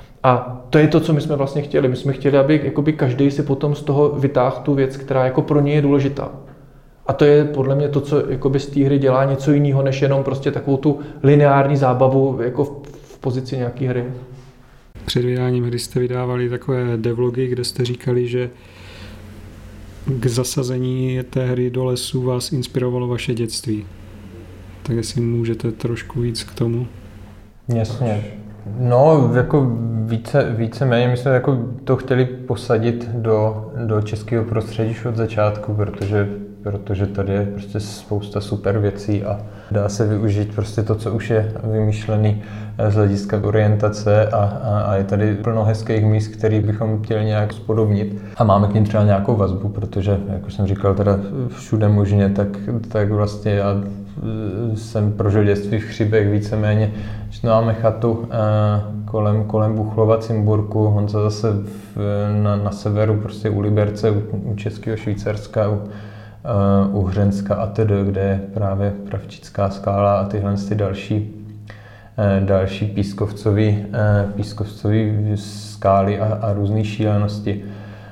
Speaker 1: A to je to, co my jsme vlastně chtěli. My jsme chtěli, aby jakoby každý si potom z toho vytáhl tu věc, která jako pro něj je důležitá. A to je podle mě to, co jakoby z té hry dělá něco jiného, než jenom prostě takovou tu lineární zábavu jako v, v pozici nějaké hry.
Speaker 3: Před vydáním hry jste vydávali takové devlogy, kde jste říkali, že k zasazení té hry do lesu vás inspirovalo vaše dětství. Tak jestli můžete trošku víc k tomu.
Speaker 2: Jasně. No, jako více, více méně, my jsme jako to chtěli posadit do, do českého prostředí od začátku, protože, protože tady je prostě spousta super věcí a dá se využít prostě to, co už je vymýšlený z hlediska orientace a, a, a je tady plno hezkých míst, který bychom chtěli nějak spodobnit a máme k ním třeba nějakou vazbu, protože, jak už jsem říkal, teda všude možně, tak, tak vlastně já jsem prožil dětství v Chřibech víceméně, že máme chatu kolem, kolem Buchlova, Cimburku, Honza zase v, na, na severu, prostě u Liberce, u, u Českého Švýcarska, u, u Hřenska a tedy, kde je právě Pravčická skála a tyhle ty další, další pískovcový, pískovcový skály a, a různé šílenosti.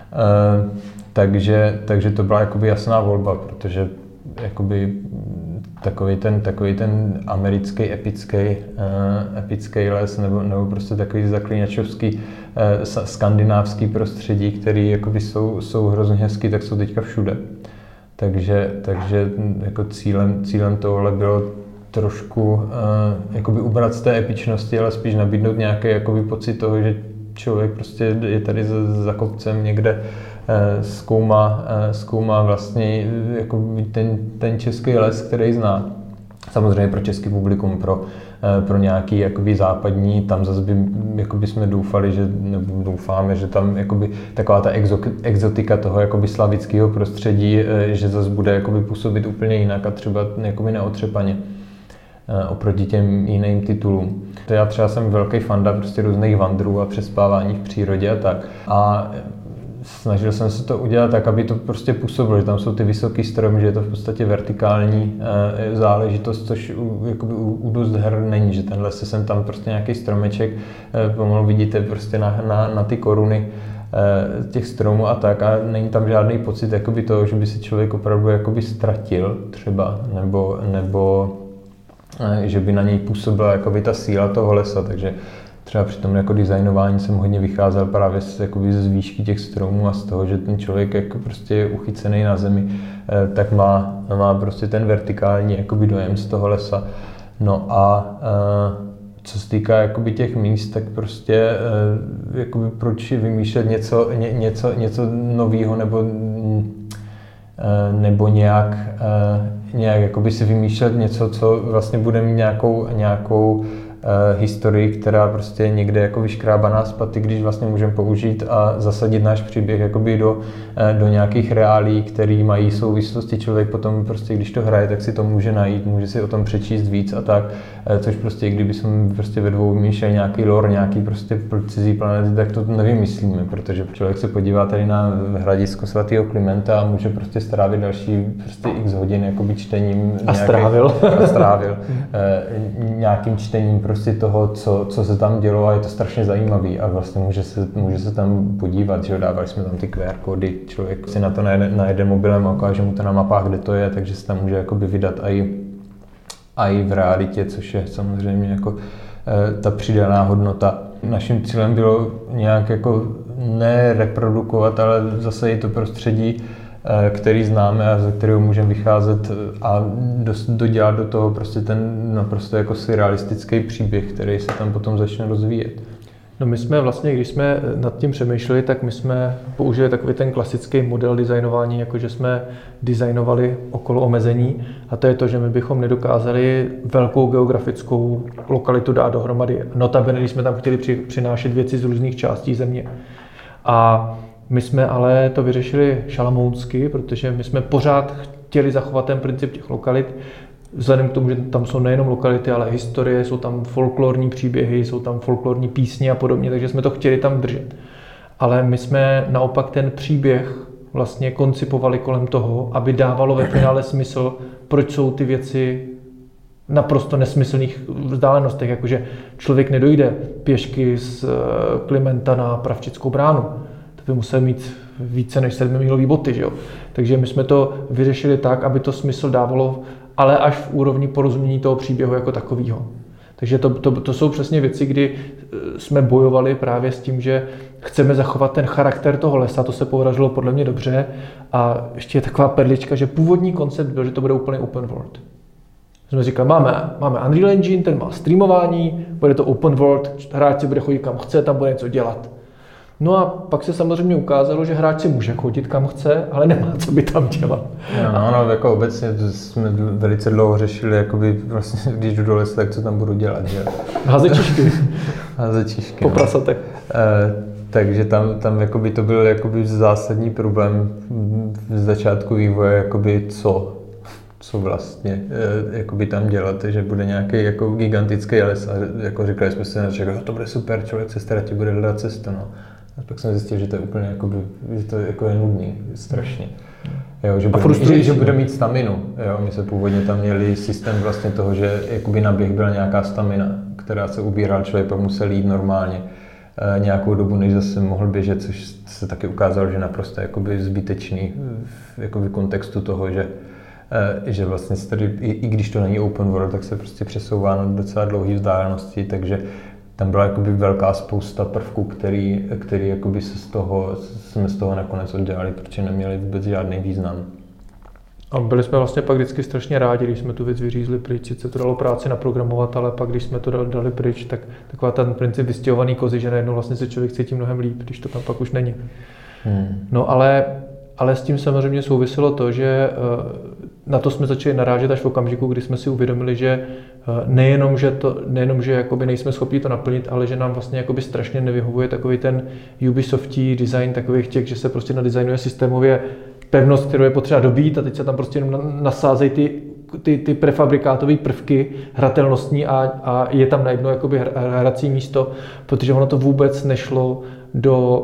Speaker 2: Takže, takže to byla jakoby jasná volba, protože jakoby takový ten, takový ten americký epický, uh, epický les nebo, nebo prostě takový zaklínačovský uh, skandinávský prostředí, který jakoby jsou, jsou hrozně hezký, tak jsou teďka všude. Takže, takže jako cílem, cílem tohle bylo trošku uh, jakoby ubrat z té epičnosti, ale spíš nabídnout nějaký jakoby pocit toho, že člověk prostě je tady za, za kopcem někde, Zkoumá, zkoumá vlastně jako ten, ten český les, který zná. Samozřejmě pro český publikum, pro, pro nějaký jakoby západní, tam zase by, jakoby jsme doufali, že, nebo doufáme, že tam jakoby taková ta exo, exotika toho jakoby slavického prostředí, že zase bude jakoby působit úplně jinak a třeba jakoby neotřepaně oproti těm jiným titulům. To já třeba jsem velký fanda prostě různých vandrů a přespávání v přírodě a tak. A snažil jsem se to udělat tak, aby to prostě působilo, že tam jsou ty vysoký stromy, že je to v podstatě vertikální e, záležitost, což u, jakoby u, u dost her není, že ten les je sem tam prostě nějaký stromeček, e, pomalu vidíte prostě na, na, na ty koruny e, těch stromů a tak a není tam žádný pocit jakoby toho, že by si člověk opravdu jakoby ztratil třeba, nebo, nebo e, že by na něj působila jakoby ta síla toho lesa, takže třeba při tom jako designování jsem hodně vycházel právě z, jakoby ze výšky těch stromů a z toho, že ten člověk jako prostě je uchycený na zemi, eh, tak má, má prostě ten vertikální jakoby dojem z toho lesa. No a eh, co se týká jakoby těch míst, tak prostě eh, jakoby proč vymýšlet něco, ně, něco, něco nového nebo, eh, nebo nějak, eh, nějak jakoby si vymýšlet něco, co vlastně bude mít nějakou, nějakou historii, která prostě je někde jako vyškrábaná z paty, když vlastně můžeme použít a zasadit náš příběh jakoby do, do nějakých reálí, které mají souvislosti. Člověk potom prostě, když to hraje, tak si to může najít, může si o tom přečíst víc a tak, což prostě, kdyby jsme prostě ve dvou vymýšleli nějaký lore, nějaký prostě cizí planety, tak to nevymyslíme, protože člověk se podívá tady na hradisko svatého Klimenta a může prostě strávit další prostě x hodin jakoby čtením.
Speaker 1: A strávil.
Speaker 2: A strávil nějakým čtením prostě toho, co, co se tam dělo a je to strašně zajímavý a vlastně může se, může se tam podívat, že dávali jsme tam ty Q R kódy, člověk si na to najede, najede mobilem a ukáže mu to na mapách, kde to je, takže se tam může jakoby vydat i, i v realitě, což je samozřejmě jako e, ta přidaná hodnota. Naším cílem bylo nějak jako nereprodukovat, ale zase i to prostředí, který známe a ze kterého můžeme vycházet a dodělat do toho prostě ten naprosto jako surrealistický příběh, který se tam potom začne rozvíjet.
Speaker 1: No my jsme vlastně, když jsme nad tím přemýšleli, tak my jsme použili takový ten klasický model designování, jakože jsme designovali okolo omezení a to je to, že my bychom nedokázali velkou geografickou lokalitu dát dohromady. Notabene, když jsme tam chtěli při, přinášet věci z různých částí země. A my jsme ale to vyřešili šalamounsky, protože my jsme pořád chtěli zachovat ten princip těch lokalit, vzhledem k tomu, že tam jsou nejenom lokality, ale historie, jsou tam folklorní příběhy, jsou tam folklorní písně a podobně, takže jsme to chtěli tam držet. Ale my jsme naopak ten příběh vlastně koncipovali kolem toho, aby dávalo ve finále smysl, proč jsou ty věci naprosto nesmyslných vzdálenostech, jakože člověk nedojde pěšky z Klimenta na Pravčickou bránu. By musel mít více než sedmimílové boty, že jo? Takže my jsme to vyřešili tak, aby to smysl dávalo, ale až v úrovni porozumění toho příběhu jako takového. Takže to, to, to jsou přesně věci, kdy jsme bojovali právě s tím, že chceme zachovat ten charakter toho lesa, to se podařilo podle mě dobře. A ještě je taková perlička, že původní koncept byl, že to bude úplně open world. Jsme říkali, máme, máme Unreal Engine, ten má streamování, bude to open world, hráč si bude chodit kam chce, tam bude něco dělat. No a pak se samozřejmě ukázalo, že hráč si může chodit kam chce, ale nemá, co by tam dělat.
Speaker 2: No, no, no jako obecně jsme velice dlouho řešili, jakoby vlastně, když jdu do lesa, tak co tam budu dělat, že?
Speaker 1: Házet čišky.
Speaker 2: Házet čišky,
Speaker 1: po prasatech.
Speaker 2: No. E, takže tam, tam jakoby to byl jakoby zásadní problém v začátku vývoje, jakoby co, co vlastně e, jakoby tam dělat, že bude nějaký jako gigantický les a jako říkali jsme si, že to bude super, člověk se ztratí, bude hledat cestu, no. A pak jsem zjistil, že to je úplně jakoby, že to jako je nudný, strašně. Jo, že, bude, že, že bude mít staminu. Jo, my se původně tam měli systém vlastně toho, že jakoby na běh byla nějaká stamina, která se ubíral, člověk pak musel jít normálně e, nějakou dobu, než zase mohl běžet, což se taky ukázalo, že naprosto jakoby zbytečný v jakoby kontextu toho, že e, že vlastně tady, i, i když to není open world, tak se prostě přesouvá na docela dlouhé vzdálenosti, takže tam byla jakoby velká spousta prvků, který, který jakoby se z toho, jsme z toho nakonec oddělali, protože neměli vůbec žádný význam.
Speaker 1: A byli jsme vlastně pak vždycky strašně rádi, když jsme tu věc vyřízli pryč. Sice to dalo práci naprogramovat, ale pak když jsme to dali pryč, tak taková ten princip vystěhovaný kozy, že najednou vlastně se člověk cítí mnohem líp, když to tam pak už není. Hmm. No ale, ale s tím samozřejmě souviselo to, že na to jsme začali narážet až v okamžiku, kdy jsme si uvědomili, že nejenom, že, to, nejenom, že jakoby nejsme schopni to naplnit, ale že nám vlastně jakoby strašně nevyhovuje takový ten Ubisoftí design takových těch, že se prostě nadizajnuje systémově pevnost, kterou je potřeba dobít a teď se tam prostě jenom nasázejí ty, ty, ty prefabrikátové prvky hratelnostní a, a je tam najednou jakoby hrací místo, protože ono to vůbec nešlo do,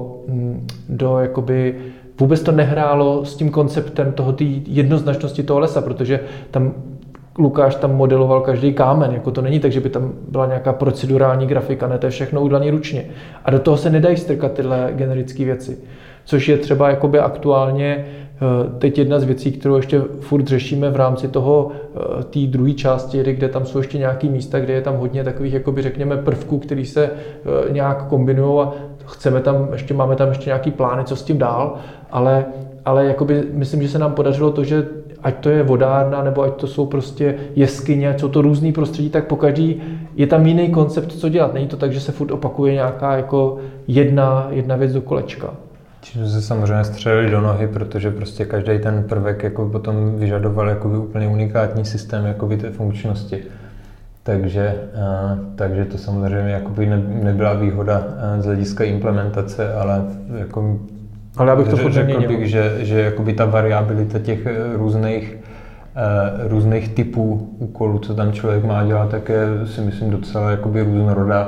Speaker 1: do jakoby vůbec to nehrálo s tím konceptem toho té jednoznačnosti toho lesa, protože tam Lukáš tam modeloval každý kámen, jako to není tak, že by tam byla nějaká procedurální grafika, ne, to je všechno udělané ručně. A do toho se nedají strkat tyhle generické věci, což je třeba jakoby aktuálně teď jedna z věcí, kterou ještě furt řešíme v rámci toho té druhé části, kde tam jsou ještě nějaké místa, kde je tam hodně takových, jakoby řekněme, prvků, které se nějak kombinují a chceme tam, ještě máme tam ještě nějaký plány, co s tím dál, ale, ale jakoby myslím, že se nám podařilo to, že ať to je vodárna, nebo ať to jsou prostě jeskyně, jsou to různý prostředí, tak pokaždý je tam jiný koncept, co dělat. Není to tak, že se furt opakuje nějaká jako jedna, jedna věc do kolečka.
Speaker 2: Čím se samozřejmě střelili do nohy, protože prostě každý ten prvek jako potom vyžadoval jakoby úplně unikátní systém jakoby té funkčnosti. Takže, takže to samozřejmě jakoby nebyla výhoda z hlediska implementace, ale jako
Speaker 1: ale abych to
Speaker 2: řekl bych, že, že jakoby ta variabilita těch různých, různých typů úkolů, co tam člověk má dělat, tak je si myslím docela jakoby různorodá.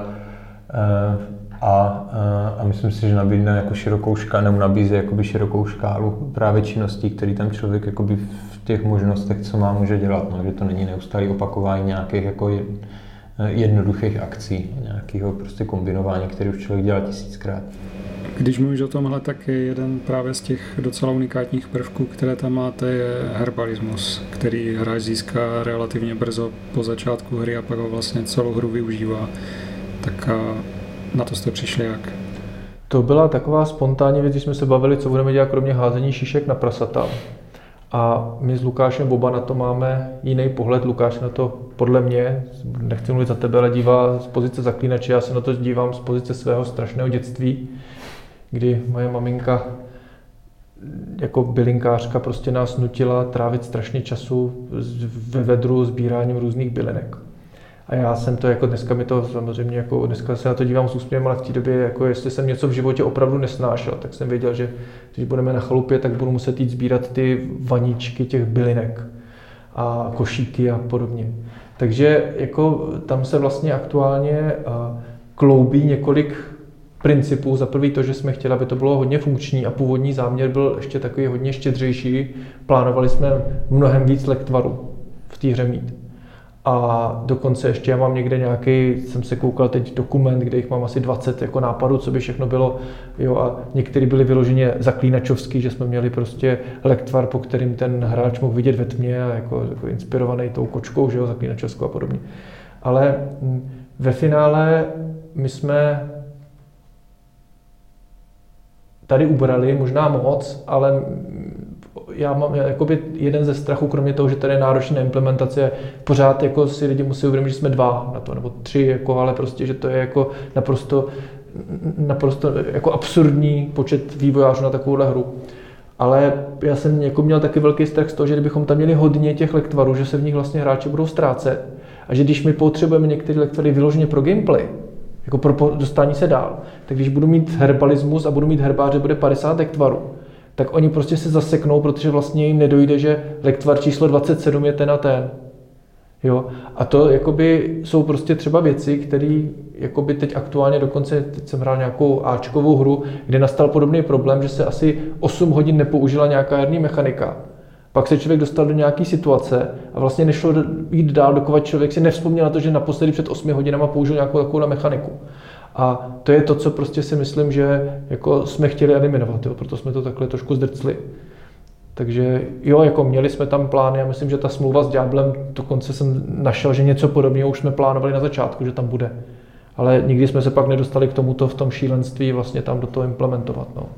Speaker 2: A, a myslím si, že nabízí jako širokou škálu, nebo nabízí jakoby širokou škálu právě činností, které tam člověk jakoby v těch možnostech, co má, může dělat. No, že to není neustálé opakování nějakých jako jednoduchých akcí, nějakého prostě kombinování, které už člověk dělá tisíckrát.
Speaker 3: Když mluvíš o tomhle, tak je jeden právě z těch docela unikátních prvků, které tam máte, je herbalismus, který hráč získá relativně brzo po začátku hry a pak ho vlastně celou hru využívá. Tak a na to jste přišli jak?
Speaker 1: To byla taková spontánní věc, když jsme se bavili, co budeme dělat kromě házení šišek na prasata. A my s Lukášem Boba na to máme jiný pohled. Lukáš na to podle mě, nechci mluvit za tebe, ale dívá z pozice zaklínače. Já se na to dívám z pozice svého strašného dětství, kdy moje maminka jako bylinkářka prostě nás nutila trávit strašně času ve vedru sbíráním různých bylinek. A já jsem to jako dneska mi to samozřejmě jako dneska se na to dívám s úsměvem, ale v té době jako jestli jsem něco v životě opravdu nesnášel, tak jsem věděl, že když budeme na chalupě, tak budu muset jít sbírat ty vaníčky těch bylinek a košíky a podobně. Takže jako tam se vlastně aktuálně kloubí několik principů. Za prvý to, že jsme chtěli, aby to bylo hodně funkční a původní záměr byl ještě takový hodně štědřejší. Plánovali jsme mnohem víc lektvaru v té hře mít. A dokonce ještě já mám někde nějaký, jsem se koukal teď dokument, kde jich mám asi dvacet jako nápadů, co by všechno bylo. Jo, a některý byly vyloženě zaklínačovský, že jsme měli prostě lektvar, po kterým ten hráč mohl vidět ve tmě a jako, jako inspirovaný tou kočkou, že jo, zaklínačovskou a podobně. Ale ve finále my jsme tady ubrali, možná moc, ale já mám jakoby jeden ze strachů, kromě toho, že tady je náročná implementace, pořád jako si lidi musí uvědomit, že jsme dva na to, nebo tři, jako, ale prostě, že to je jako naprosto, naprosto jako absurdní počet vývojářů na takovouhle hru. Ale já jsem jako měl taky velký strach z toho, že kdybychom tam měli hodně těch lektvarů, že se v nich vlastně hráči budou ztrácet a že když my potřebujeme některé lektvary vyloženě pro gameplay, jako pro dostání se dál, tak když budu mít herbalismus a budu mít herbáře, bude padesát lektvarů, tak oni prostě se zaseknou, protože vlastně jim nedojde, že lektvar číslo dvacet sedm je ten a ten. Jo? A to jakoby jsou prostě třeba věci, které jakoby teď aktuálně dokonce, teď jsem hrál nějakou áčkovou hru, kde nastal podobný problém, že se asi osm hodin nepoužila nějaká herní mechanika. Pak se člověk dostal do nějaké situace a vlastně nešlo jít dál, dokud člověk si nevzpomněl na to, že naposledy před osmi hodinama použil nějakou takovou mechaniku. A to je to, co prostě si myslím, že jako jsme chtěli eliminovat, jo? Proto jsme to takhle trošku zdrcli. Takže jo, jako měli jsme tam plány, já myslím, že ta smlouva s Ďáblem, dokonce jsem našel, že něco podobného už jsme plánovali na začátku, že tam bude. Ale nikdy jsme se pak nedostali k tomuto v tom šílenství vlastně tam do toho implementovat. No,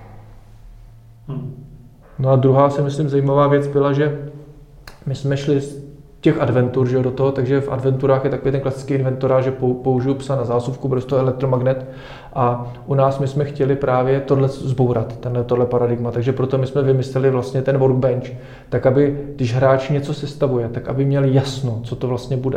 Speaker 1: no a druhá si myslím zajímavá věc byla, že my jsme šli z těch adventur, že jo, do toho, takže v adventurách je takový ten klasický inventorář, že použiju psa na zásuvku, bude to elektromagnet a u nás my jsme chtěli právě tohle zbourat, tenhle, tohle paradigma, takže proto my jsme vymysleli vlastně ten workbench, tak aby, když hráč něco sestavuje, tak aby měl jasno, co to vlastně bude.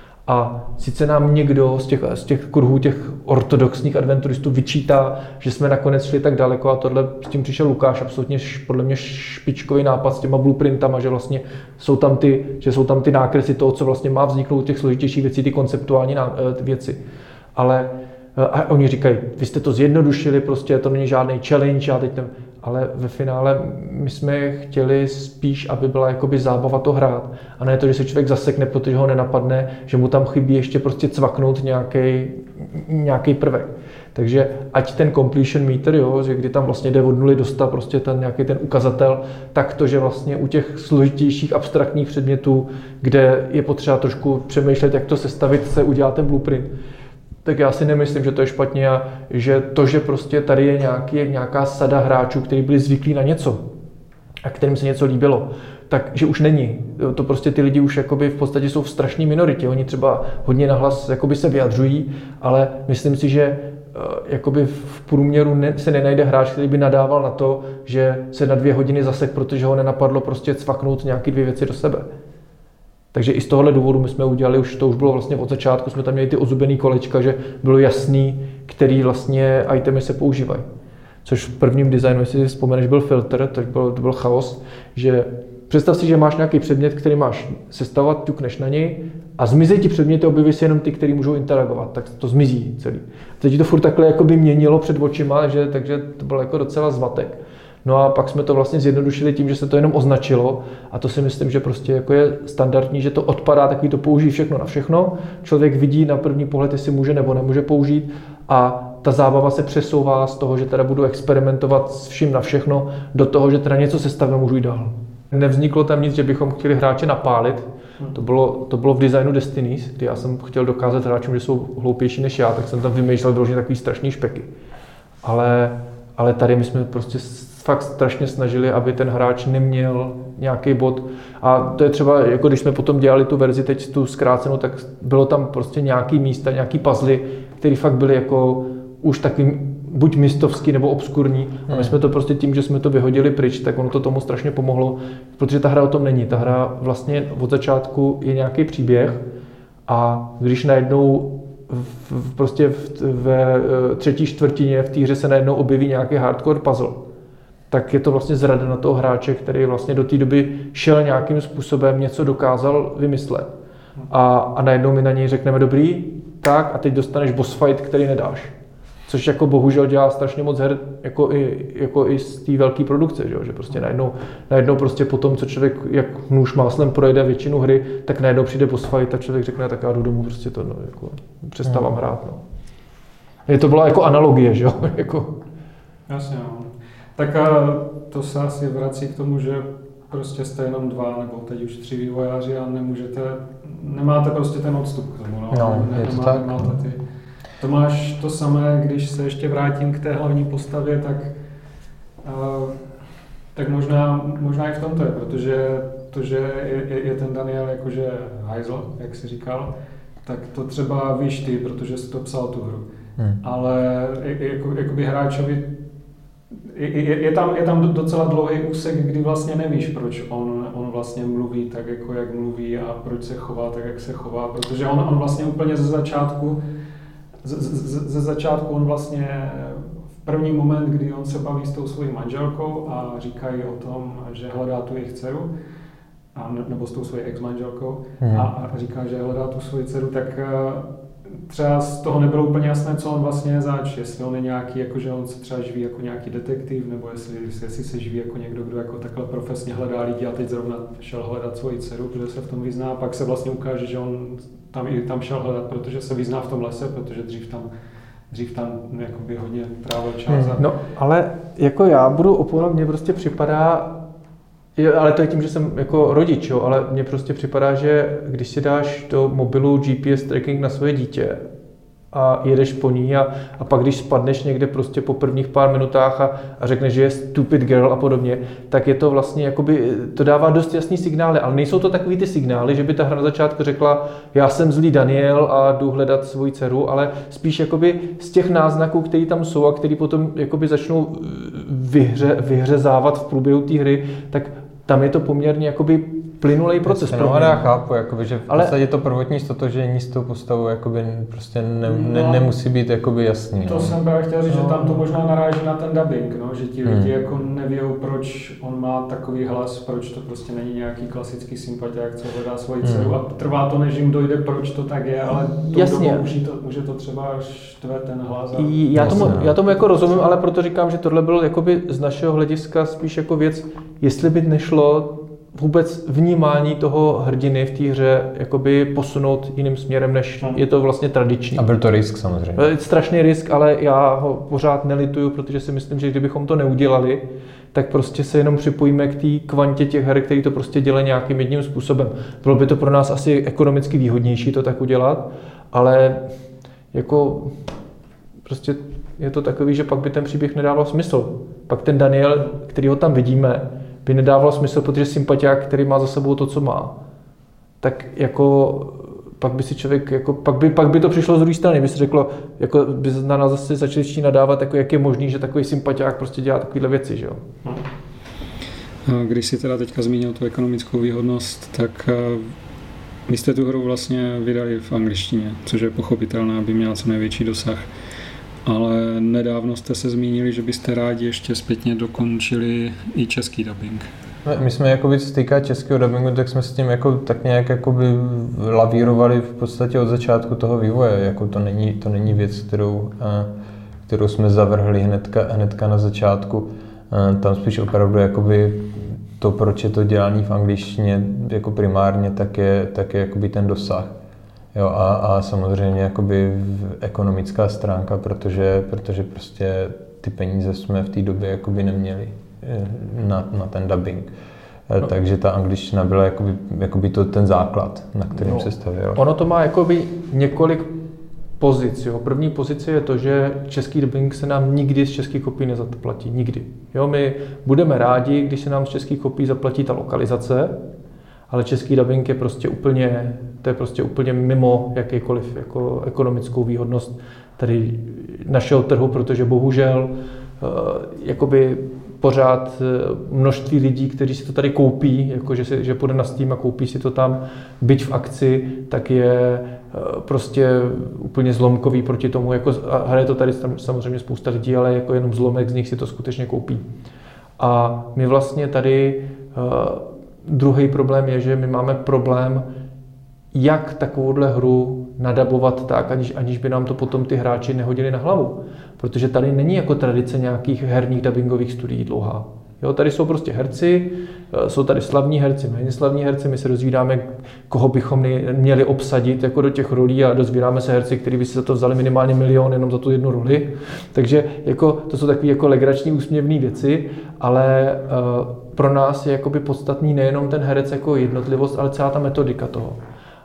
Speaker 1: A sice nám někdo z těch, z těch kruhů těch ortodoxních adventuristů vyčítá, že jsme nakonec šli tak daleko a tohle s tím přišel Lukáš, absolutně podle mě špičkový nápad s těma blueprintama, že vlastně jsou tam ty, že jsou tam ty nákresy toho, co vlastně má vzniknout těch složitějších věcí, ty konceptuální věci. Ale a oni říkají, vy jste to zjednodušili, prostě to není žádný challenge, a teď ten, ale ve finále my jsme chtěli spíš, aby byla jakoby zábava to hrát. A ne to, že se člověk zasekne, protože ho nenapadne, že mu tam chybí ještě prostě cvaknout nějaký, nějaký prvek. Takže ať ten completion meter, jo, že kdy tam vlastně jde od nuly do sta, prostě ten nějaký ten ukazatel, tak to, že vlastně u těch složitějších abstraktních předmětů, kde je potřeba trošku přemýšlet, jak to sestavit, se udělá ten blueprint. Tak já si nemyslím, že to je špatně a že to, že prostě tady je nějaký, nějaká sada hráčů, kteří byli zvyklí na něco a kterým se něco líbilo, takže už není. To prostě ty lidi už jakoby v podstatě jsou v strašné minoritě. Oni třeba hodně nahlas jakoby se vyjadřují, ale myslím si, že jakoby v průměru ne, se nenajde hráč, který by nadával na to, že se na dvě hodiny zasek, protože ho nenapadlo prostě cvaknout nějaké dvě věci do sebe. Takže i z tohohle důvodu my jsme udělali, už to už bylo vlastně od začátku, jsme tam měli ty ozubený kolečka, že bylo jasný, který vlastně itemy se používají. Což v prvním designu, jestli si vzpomeneš, byl filtr, tak byl, to byl chaos, že představ si, že máš nějaký předmět, který máš sestavovat, ťukneš na něj a zmizí ti předměty, objeví se jenom ty, který můžou interagovat, tak to zmizí celý. Teď to furt takhle jakoby měnilo před očima, že, takže to byl jako docela zmatek. No a pak jsme to vlastně zjednodušili tím, že se to jenom označilo a to si myslím, že prostě jako je standardní, že to odpadá, takový to použij všechno na všechno. Člověk vidí na první pohled, jestli může nebo nemůže použít a ta zábava se přesouvá z toho, že teda budu experimentovat s vším na všechno, do toho, že teda něco sestavím a můžu jít dál. Nevzniklo tam nic, že bychom chtěli hráče napálit. To bylo, to bylo v designu Destinies, kdy já jsem chtěl dokázat hráčům, že jsou hloupější než já, tak jsem tam vymýšlel vyloženě takový strašný špeky. Ale, ale tady my jsme prostě fakt strašně snažili, aby ten hráč neměl nějaký bod. A to je třeba, jako když jsme potom dělali tu verzi teď tu zkrácenou, tak bylo tam prostě nějaký místa, nějaký puzzly, které fakt byly jako už takový buď mistovský nebo obskurní. A my jsme to prostě tím, že jsme to vyhodili pryč, tak ono to tomu strašně pomohlo, protože ta hra o tom není. Ta hra vlastně od začátku je nějaký příběh a když najednou v, prostě v, ve třetí čtvrtině v té hře se najednou objeví nějaký hardcore puzzle, tak je to vlastně zrada na toho hráče, který vlastně do té doby šel nějakým způsobem, něco dokázal vymyslet. A, a najednou my na něj řekneme dobrý, tak a teď dostaneš boss fight, který nedáš. Což jako bohužel dělá strašně moc her, jako i, jako i z té velké produkce, že, že prostě najednou, najednou prostě po tom, co člověk jak nůž máslem projede většinu hry, tak najednou přijde boss fight a člověk řekne, tak já jdu domů, prostě to no, jako, přestávám hrát. No. Je to byla jako analogie, že jo? jako.
Speaker 3: Jasně, no. Tak to se asi vrací k tomu, že prostě jste jenom dva nebo teď už tři vývojáři a nemůžete, nemáte prostě ten odstup k tomu, no,
Speaker 2: no
Speaker 3: ne,
Speaker 2: je to
Speaker 3: nemá,
Speaker 2: tak.
Speaker 3: nemáte ty... To máš to samé, když se ještě vrátím k té hlavní postavě, tak, uh, tak možná, možná i v tom to je, protože to, že je, je, je ten Daniel jakože hajzl, jak jsi říkal, tak to třeba víš ty, protože jsi to psal tu hru. Hmm. Ale jako, jakoby hráčovi je, je, je, tam, je tam docela dlouhý úsek, kdy vlastně nevíš, proč on, on vlastně mluví tak, jako jak mluví a proč se chová tak, jak se chová, protože on, on vlastně úplně ze začátku ze, ze, ze začátku on vlastně v první moment, kdy on se baví s tou svojí manželkou a říkají o tom, že hledá tu jejich dceru, a, nebo s tou svojí ex-manželkou hmm. a, a říká, že hledá tu svoji dceru, tak třeba z toho nebylo úplně jasné, co on vlastně je zač, jestli on je nějaký, jako že on se třeba živí jako nějaký detektiv, nebo jestli, jestli se živí jako někdo, kdo jako takhle profesně hledá lidi a teď zrovna šel hledat svoji dceru, protože se v tom vyzná, a pak se vlastně ukáže, že on tam i tam šel hledat, protože se vyzná v tom lese, protože dřív tam dřív tam jakoby hodně trávil čas.
Speaker 1: Hmm. No, ale jako já budu oponovat, mně prostě připadá, ale to je tím, že jsem jako rodič, jo, ale mně prostě připadá, že když si dáš do mobilu G P S tracking na svoje dítě a jedeš po ní a, a pak když spadneš někde prostě po prvních pár minutách a, a řekneš, že je stupid girl a podobně, tak je to vlastně jakoby, to dává dost jasný signály, ale nejsou to takový ty signály, že by ta hra na začátku řekla, já jsem zlý Daniel a jdu hledat svoji dceru, ale spíš jakoby z těch náznaků, které tam jsou a které potom jakoby začnou vyhře, vyhřezávat v průběhu té hry, tak tam je to poměrně jakoby plynulej proces.
Speaker 2: No, já chápu, jakoby, že v ale podstatě to prvotní stotožení s tou postavou jakoby prostě ne, ne,
Speaker 3: no,
Speaker 2: nemusí být jakoby jasný.
Speaker 3: To
Speaker 2: no.
Speaker 3: jsem právě chtěl říct,
Speaker 1: no.
Speaker 3: že tam to možná naráží na ten dubbing, no, že ti lidi
Speaker 2: hmm.
Speaker 3: jako nevějou, proč on má takový hlas, proč to prostě není nějaký klasický sympatiák, co hledá svoji dceru hmm. a trvá to, než jim dojde, proč to tak je, ale
Speaker 1: Jasně.
Speaker 3: Může, to, může to třeba štve ten hlas. A
Speaker 1: já, tomu, já tomu jako rozumím, ale proto říkám, že tohle bylo jakoby z našeho hlediska spíš jako věc, jestli by nešlo vůbec vnímání toho hrdiny v té hře jakoby posunout jiným směrem, než je to vlastně tradiční.
Speaker 2: A byl to risk samozřejmě.
Speaker 1: Je strašný risk, ale já ho pořád nelituju, protože si myslím, že kdybychom to neudělali, tak prostě se jenom připojíme k té kvantě těch her, který to prostě dělají nějakým jedním způsobem. Bylo by to pro nás asi ekonomicky výhodnější to tak udělat, ale jako prostě je to takový, že pak by ten příběh nedával smysl. Pak ten Daniel, který ho tam vidíme, by nedával smysl, protože sympatiák, který má za sebou to, co má, tak jako pak by si člověk, jako, pak, by, pak by to přišlo z druhé strany, by si řeklo, jako by na nás zase začali všichni nadávat, jako, jak je možný, že takový sympatiák prostě dělá takovéhle věci, že jo.
Speaker 3: Když si teda teďka zmínil tu ekonomickou výhodnost, tak vy jste tu hru vlastně vydali v angličtině, což je pochopitelné, aby měla co největší dosah. Ale nedávno jste se zmínili, že byste rádi ještě zpětně dokončili i český dubbing.
Speaker 2: My jsme jakoby, co se týká českého dubbingu, tak jsme s tím jako, tak nějak jakoby lavírovali v podstatě od začátku toho vývoje. Jako to není, to není věc, kterou, kterou jsme zavrhli hnedka, hnedka na začátku. Tam spíš opravdu jakoby to, proč je to dělání v angličtině jako primárně, tak je, tak je jakoby ten dosah. Jo, a, a samozřejmě jakoby ekonomická stránka, protože, protože prostě ty peníze jsme v té době jakoby neměli na, na ten dubbing. No. Takže ta angličtina byla jakoby, jakoby to ten základ, na kterým no. se stavělo.
Speaker 1: Ono to má jakoby několik pozic. Jo. První pozice je to, že český dubbing se nám nikdy z českých kopií nezaplatí. Nikdy. Jo, my budeme rádi, když se nám z českých kopií zaplatí ta lokalizace, ale český dubbing je prostě úplně, to je prostě úplně mimo jakýkoliv jako ekonomickou výhodnost tady našeho trhu, protože bohužel jakoby pořád množství lidí, kteří si to tady koupí, jako že, si, že půjde na Steam a koupí si to tam, byť v akci, tak je prostě úplně zlomkový proti tomu. Jako, a hraje to tady samozřejmě spousta lidí, ale jako jenom zlomek z nich si to skutečně koupí. A my vlastně tady druhý problém je, že my máme problém, jak takovouhle hru nadabovat tak, aniž, aniž by nám to potom ty hráči nehodili na hlavu. Protože tady není jako tradice nějakých herních dabingových studií dlouhá. Jo, tady jsou prostě herci, jsou tady slavní herci, méně slavní herci, my se dozvídáme, koho bychom měli obsadit jako do těch rolí a dozvídáme se herci, kteří by si za to vzali minimálně milion jenom za tu jednu roli. Takže jako, to jsou takové jako legrační, úsměvné věci, ale uh, pro nás je jakoby podstatný nejenom ten herec jako jednotlivost, ale celá ta metodika toho.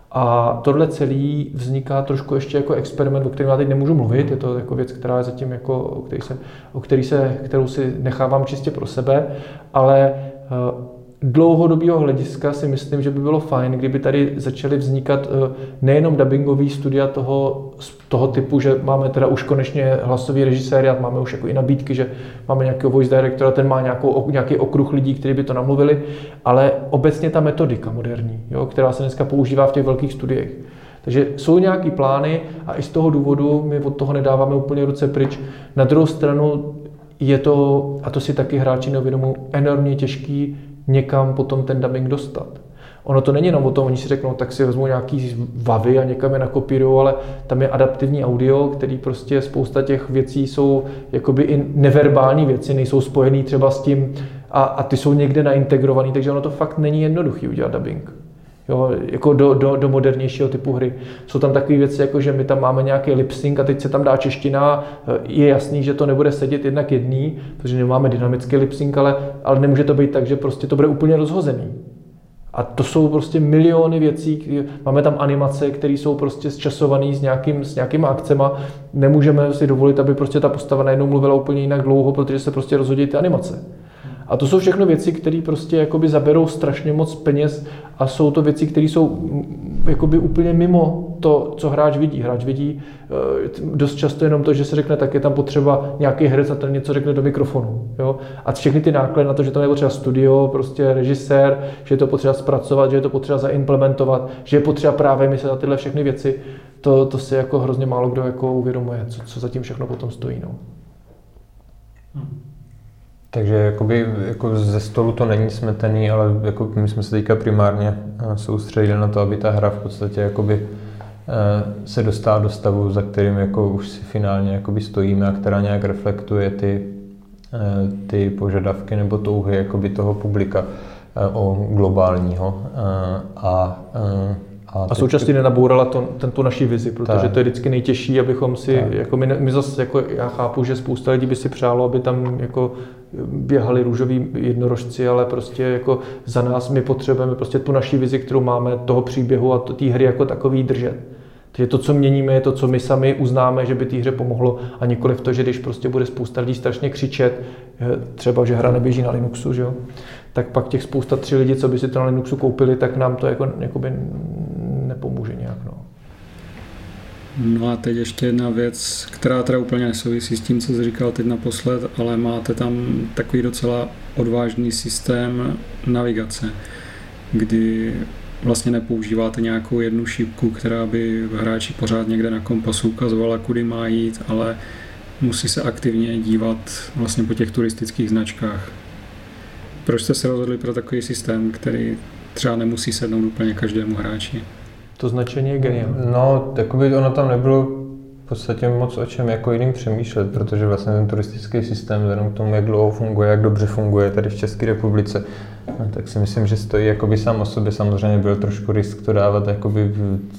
Speaker 1: A tohle celý vzniká trošku ještě jako experiment, o kterém já teď nemůžu mluvit, je to jako věc, která je zatím jako, o který se, o který se, kterou si nechávám čistě pro sebe, ale dlouhodobého hlediska si myslím, že by bylo fajn, kdyby tady začaly vznikat nejenom dubbingové studia toho, toho typu, že máme teda už konečně hlasový režisér, máme už jako i nabídky, že máme nějakého voice directora, ten má nějakou, nějaký okruh lidí, kteří by to namluvili, ale obecně ta metodika moderní, jo, která se dneska používá v těch velkých studiích. Takže jsou nějaký plány a i z toho důvodu my od toho nedáváme úplně ruce pryč. Na druhou stranu je to, a to si taky hráči neuvědomují, enormně těžký někam potom ten dubbing dostat. Ono to není jenom o tom, oni si řeknou, tak si vezmou nějaký vavy a někam je nakopírujou, ale tam je adaptivní audio, který prostě spousta těch věcí jsou jakoby i neverbální věci, nejsou spojený třeba s tím a, a ty jsou někde naintegrovaný, takže ono to fakt není jednoduchý udělat dubbing. Jo, jako do, do, do modernějšího typu hry. Jsou tam takové věci, jako že my tam máme nějaký lip-sync a teď se tam dá čeština. Je jasný, že to nebude sedět jednak jedný, protože nemáme dynamický lip-sync, ale, ale nemůže to být tak, že prostě to bude úplně rozhozený. A to jsou prostě miliony věcí, máme tam animace, které jsou prostě zčasované s, nějakým, s nějakýma akcema. Nemůžeme si dovolit, aby prostě ta postava najednou mluvila úplně jinak dlouho, protože se prostě rozhodí ty animace. A to jsou všechno věci, které prostě jakoby zaberou strašně moc peněz a jsou to věci, které jsou jakoby úplně mimo to, co hráč vidí. Hráč vidí dost často jenom to, že se řekne, tak je tam potřeba nějaký herec a ten něco řekne do mikrofonu. Jo? A všechny ty náklady na to, že tam je potřeba studio, prostě režisér, že je to potřeba zpracovat, že je to potřeba zaimplementovat, že je potřeba právě myslet na tyhle všechny věci, to, to si jako hrozně málo kdo jako uvědomuje, co, co za tím všechno potom stojí. No.
Speaker 2: Hmm. Takže jakoby, jako ze stolu to není smetený, ale jako my jsme se teďka primárně soustředili na to, aby ta hra v podstatě jakoby se dostala do stavu, za kterým jako už si finálně jakoby stojíme a která nějak reflektuje ty, ty požadavky nebo touhy jakoby toho publika o globálního. A,
Speaker 1: A, a současně nenabourala to, ten, tu naši vizi, protože tak. To je vždycky nejtěžší, abychom si, tak. jako my, my zase, jako já chápu, že spousta lidí by si přálo, aby tam jako běhali růžoví jednorožci, ale prostě jako za nás my potřebujeme prostě tu naši vizi, kterou máme, toho příběhu a té hry jako takový držet. Takže to, co měníme, je to, co my sami uznáme, že by té hře pomohlo a nikoliv to, že když prostě bude spousta lidí strašně křičet, třeba, že hra neběží na Linuxu, že jo, tak pak těch spousta tři lidi, co by si to na Linuxu koupili, tak nám to jako jakoby nepomůže nějak. No.
Speaker 3: No a teď ještě jedna věc, která teda úplně nesouvisí s tím, co jsi říkal teď naposled, ale máte tam takový docela odvážný systém navigace, kdy vlastně nepoužíváte nějakou jednu šípku, která by hráči pořád někde na kompasu ukazovala, kudy má jít, ale musí se aktivně dívat vlastně po těch turistických značkách. Proč jste se rozhodli pro takový systém, který třeba nemusí sednout úplně každému hráči?
Speaker 1: To značení je geniální.
Speaker 2: No, takový ono tam nebylo v podstatě moc o čem jako jiným přemýšlet, protože vlastně ten turistický systém, vzhledem k tomu, jak dlouho funguje, jak dobře funguje tady v České republice, no, tak si myslím, že stojí jakoby sám o sobě. Samozřejmě byl trošku risk to dávat jakoby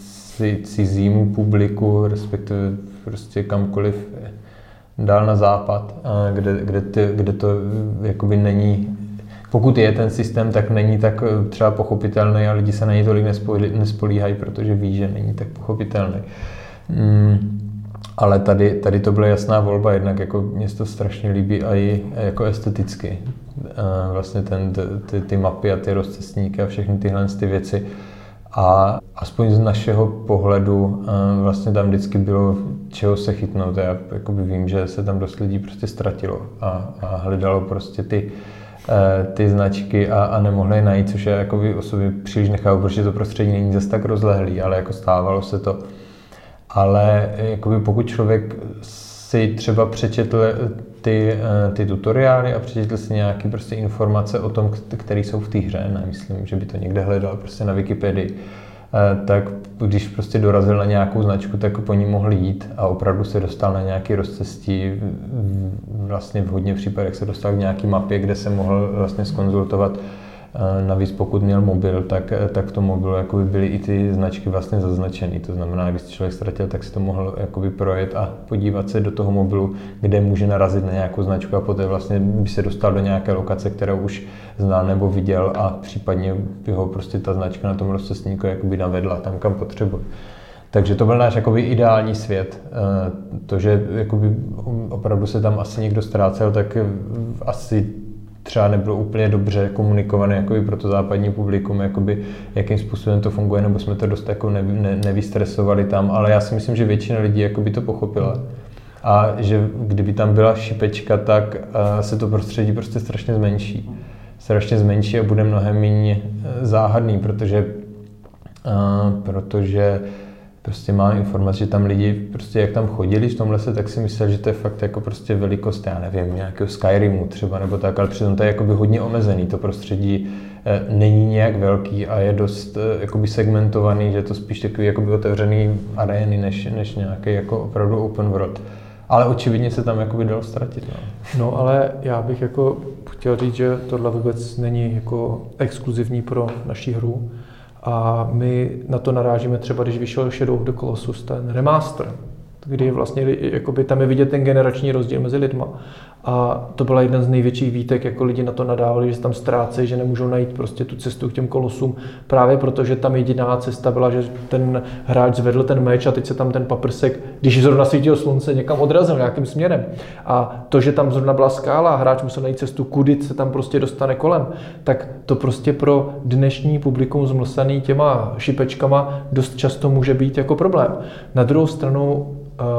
Speaker 2: cizímu publiku, respektive prostě kamkoliv dál na západ, kde, kde, ty, kde to jakoby není. Pokud je ten systém, tak není tak třeba pochopitelný a lidi se na něj tolik nespolíhají, protože ví, že není tak pochopitelný. Mm, ale tady, tady to byla jasná volba, jednak jako mě to strašně líbí a i jako esteticky. A vlastně ten, ty, ty mapy a ty rozcestníky a všechny tyhle ty věci. A aspoň z našeho pohledu vlastně tam vždycky bylo čeho se chytnout. Já jakoby vím, že se tam dost lidí prostě ztratilo a, a hledalo prostě ty ty značky a, a nemohli je najít, což je jakoby o sobě příliš nechápu, protože to prostředí není zase tak rozlehlý, ale jako stávalo se to. Ale jakoby pokud člověk si třeba přečetl ty, ty tutoriály a přečetl si nějaké prostě informace o tom, které jsou v té hře, nemyslím, že by to někde hledal prostě na Wikipedii, tak když prostě dorazil na nějakou značku, tak po ní mohl jít a opravdu se dostal na nějaké rozcestí. Vlastně v hodně případech se dostal k nějaký mapě, kde se mohl vlastně zkonzultovat. Navíc pokud měl mobil, tak, tak v tom mobilu jakoby byly i ty značky vlastně zaznačené. To znamená, když člověk ztratil, tak si to mohl jakoby projet a podívat se do toho mobilu, kde může narazit na nějakou značku a poté vlastně by se dostal do nějaké lokace, kterou už znal nebo viděl a případně by ho prostě ta značka na tom rozcestníku jakoby navedla tam, kam potřebuje. Takže to byl náš jakoby ideální svět. To, že jakoby opravdu se tam asi někdo ztrácel, tak asi třeba nebylo úplně dobře komunikované jakoby pro to západní publikum, jakoby, jakým způsobem to funguje, nebo jsme to dost jako ne, ne, nevystresovali tam, ale já si myslím, že většina lidí jakoby to pochopila. A že kdyby tam byla šipečka, tak uh, se to prostředí prostě strašně zmenší. Strašně zmenší a bude mnohem méně záhadný, protože, uh, protože prostě mám informaci, že tam lidi, prostě jak tam chodili v tom lese, tak si mysleli, že to je fakt jako prostě velikost, já nevím, nějakého Skyrimu třeba nebo tak, ale přitom to je jakoby hodně omezený, to prostředí eh, není nějak velký a je dost eh, jakoby segmentovaný, že je to spíš takový jakoby otevřený arény, než, než nějaký jako opravdu open world. Ale očividně se tam jakoby dalo ztratit. No.
Speaker 1: no ale já bych jako chtěl říct, že tohle vůbec není jako exkluzivní pro naši hru. A my na to narážíme třeba, když vyšel Shadow of the Colossus, ten remaster, kdy vlastně jakoby tam je vidět ten generační rozdíl mezi lidma. A to byla jeden z největších výtek, jako lidi na to nadávali, že se tam ztrácejí, že nemůžou najít prostě tu cestu k těm kolosům, právě protože tam jediná cesta byla, že ten hráč zvedl ten meč a teď se tam ten paprsek, když zrovna svítilo slunce, někam odrazil nějakým směrem. A to, že tam zrovna byla skála a hráč musel najít cestu, kudy se tam prostě dostane kolem, tak to prostě pro dnešní publikum zmlsaný těma šipečkama dost často může být jako problém. Na druhou stranu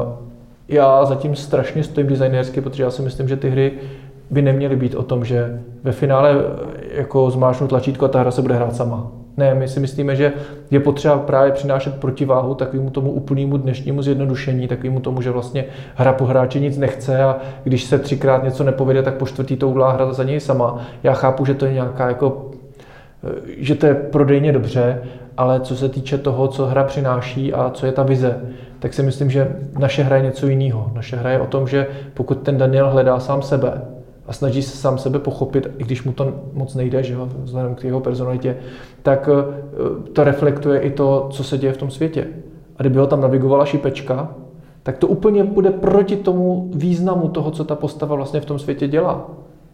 Speaker 1: já zatím strašně stojím designérsky, protože já si myslím, že ty hry by neměly být o tom, že ve finále jako zmáčknu tlačítko a ta hra se bude hrát sama. Ne, my si myslíme, že je potřeba právě přinášet protiváhu takovému tomu úplnému dnešnímu zjednodušení, takovému tomu, že vlastně hra po hráči nic nechce a když se třikrát něco nepovede, tak po čtvrtý to udělá hra za něj sama. Já chápu, že to je nějaká jako, že to je prodejně dobře, ale co se týče toho, co hra přináší a co je ta vize, tak si myslím, že naše hra je něco jiného. Naše hra je o tom, že pokud ten Daniel hledá sám sebe a snaží se sám sebe pochopit, i když mu to moc nejde, že jo, vzhledem k jeho personalitě, tak to reflektuje i to, co se děje v tom světě. A kdyby ho tam navigovala šipečka, tak to úplně bude proti tomu významu toho, co ta postava vlastně v tom světě dělá.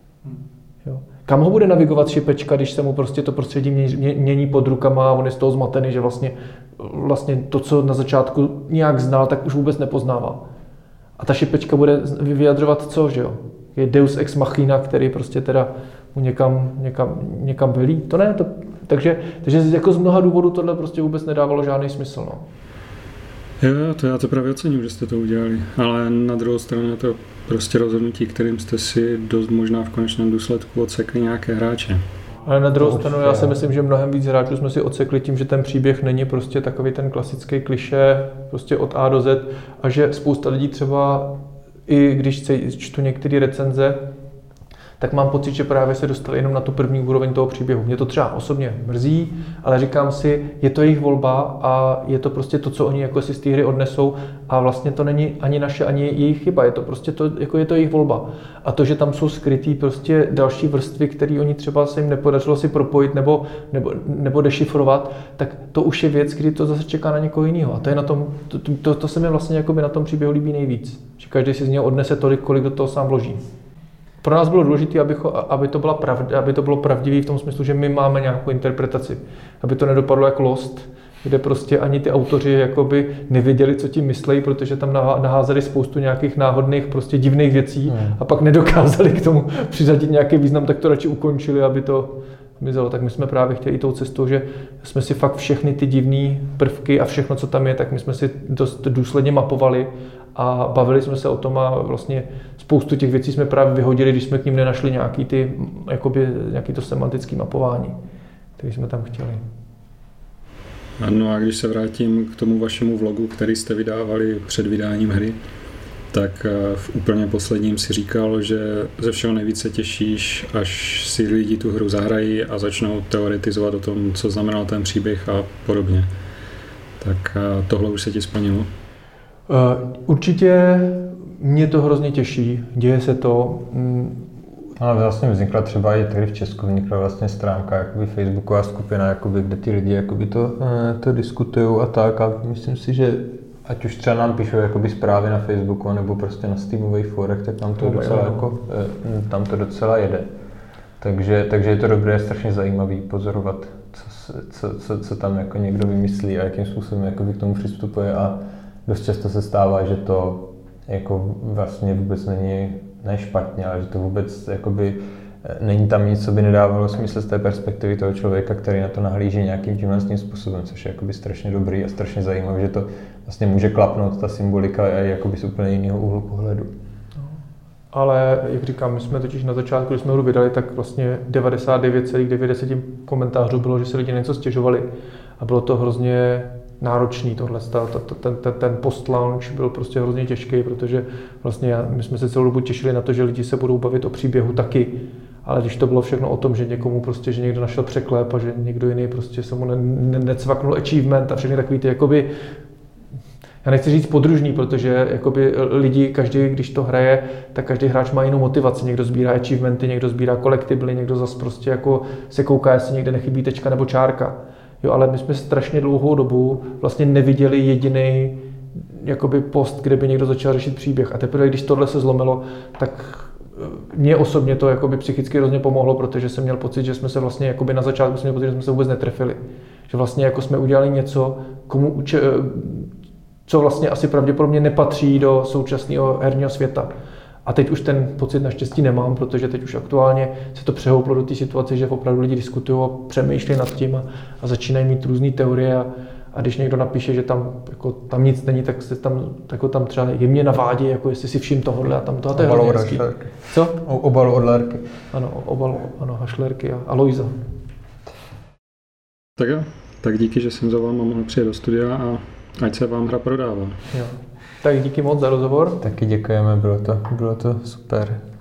Speaker 1: Jo. Kam ho bude navigovat šipečka, když se mu prostě to prostředí mění pod rukama a on je z toho zmatený, že vlastně, vlastně to, co na začátku nějak znal, tak už vůbec nepoznává. A ta šipečka bude vyjadřovat co, že jo? Je deus ex machina, který prostě teda mu někam, někam, někam velí. To ne, to, takže, takže jako z mnoha důvodů tohle prostě vůbec nedávalo žádný smysl. No.
Speaker 3: Jo, to já to právě ocením, že jste to udělali, ale na druhou stranu je to prostě rozhodnutí, kterým jste si dost možná v konečném důsledku odsekli nějaké hráče.
Speaker 1: Ale na druhou stranu já si myslím, že mnohem víc hráčů jsme si odsekli tím, že ten příběh není prostě takový ten klasický klišé prostě od A do Z a že spousta lidí třeba, i když čtu některé recenze, tak mám pocit, že právě se dostali jenom na tu první úroveň toho příběhu. Mě to třeba osobně mrzí, ale říkám si, je to jejich volba a je to prostě to, co oni jako si z té hry odnesou a vlastně to není ani naše, ani jejich chyba, je to prostě to, jako je to jejich volba. A to, že tam jsou skrytý prostě další vrstvy, které oni třeba se jim nepodařilo si propojit nebo, nebo, nebo dešifrovat, tak to už je věc, kdy to zase čeká na někoho jiného. A to je na tom, to, to, to se mi vlastně jakoby na tom příběhu líbí nejvíc, že každý si z něho odnese tolik, kolik do toho sám vloží. Pro nás bylo důležité, aby, aby, to byla pravda, aby to bylo pravdivé v tom smyslu, že my máme nějakou interpretaci. Aby to nedopadlo jako Lost, kde prostě ani ty autoři jakoby nevěděli, co tím myslejí, protože tam naházeli spoustu nějakých náhodných, prostě divných věcí hmm. a pak nedokázali k tomu přiřadit nějaký význam, tak to radši ukončili, aby to mizelo. Tak my jsme právě chtěli tou cestou, že jsme si fakt všechny ty divné prvky a všechno, co tam je, tak my jsme si dost důsledně mapovali a bavili jsme se o tom a vlastně spoustu těch věcí jsme právě vyhodili, když jsme k ním nenašli nějaký, ty, jakoby, nějaký to semantické mapování, které jsme tam chtěli.
Speaker 3: No a když se vrátím k tomu vašemu vlogu, který jste vydávali před vydáním hry, tak v úplně posledním si říkal, že ze všeho nejvíce těšíš, až si lidi tu hru zahrají a začnou teoretizovat o tom, co znamenal ten příběh a podobně. Tak tohle už se ti splnilo?
Speaker 1: Určitě mě to hrozně těší, děje se to.
Speaker 2: Ale vlastně vznikla třeba i tady v Česku, vznikla vlastně stránka, jakoby facebooková skupina, jakoby, kde ty lidi jakoby to, to diskutují a tak a myslím si, že ať už třeba nám píšou jakoby zprávy na Facebooku nebo prostě na Steamových forech, tak tam to, docela, jako, tam to docela jede. Takže, takže je to dobré, strašně zajímavý pozorovat, co, co, co, co tam jako někdo vymyslí a jakým způsobem jako k tomu přistupuje a dost často se stává, že to jako vlastně vůbec není ne špatně, ale že to vůbec jakoby není tam nic, co by nedávalo smysl z té perspektivy toho člověka, který na to nahlíží nějakým tím vlastním způsobem, což je jakoby strašně dobrý a strašně zajímavé, že to vlastně může klapnout ta symbolika a jakoby z úplně jiného úhlu pohledu.
Speaker 1: Ale jak říkám, my jsme totiž na začátku, když jsme hru vydali, tak vlastně devadesát devět celá devět komentářů bylo, že se lidi něco stěžovali a bylo to hrozně náročný tohle, ten, ten, ten post-launch byl prostě hrozně těžký, protože vlastně my jsme se celou dobu těšili na to, že lidi se budou bavit o příběhu taky, ale když to bylo všechno o tom, že někomu prostě, že někdo našel překlep a že někdo jiný prostě se mu ne, ne, necvaknul achievement a všechny takový ty jakoby, já nechci říct podružný, protože jakoby lidi, každý, když to hraje, tak každý hráč má jinou motivaci. Někdo sbírá achievementy, někdo sbírá kolektibly, někdo zase prostě jako se kouká, jestli někde nechybí tečka nebo čárka. Jo, ale my jsme strašně dlouhou dobu vlastně neviděli jediný jakoby post, kde by někdo začal řešit příběh. A teprve, když tohle se zlomilo, tak mně osobně to jakoby psychicky hrozně pomohlo, protože jsem měl pocit, že jsme se vlastně jakoby na začátku jsem měl pocit, že jsme se vůbec netrefili. Že vlastně jako jsme udělali něco, komu uče, co vlastně asi pravděpodobně nepatří do současného herního světa. A teď už ten pocit naštěstí nemám, protože teď už aktuálně se to přehouplo do té situace, že opravdu lidi diskutují a přemýšlí nad tím a, a začínají mít různé teorie a, a když někdo napíše, že tam, jako, tam nic není, tak se tam, jako tam třeba jemně navádí, jako jestli si všim tohohle a tam to, a to je hrozně hezký. Co?
Speaker 2: O obalu od Lérky.
Speaker 1: Ano, obalu, ano, Hašlerky a Aloisa.
Speaker 3: Tak jo, tak díky, že jsem za váma mohl přijet do studia a ať se vám hra prodává.
Speaker 1: Jo. Tak díky moc za rozhovor.
Speaker 2: Taky děkujeme, bylo to, bylo to super.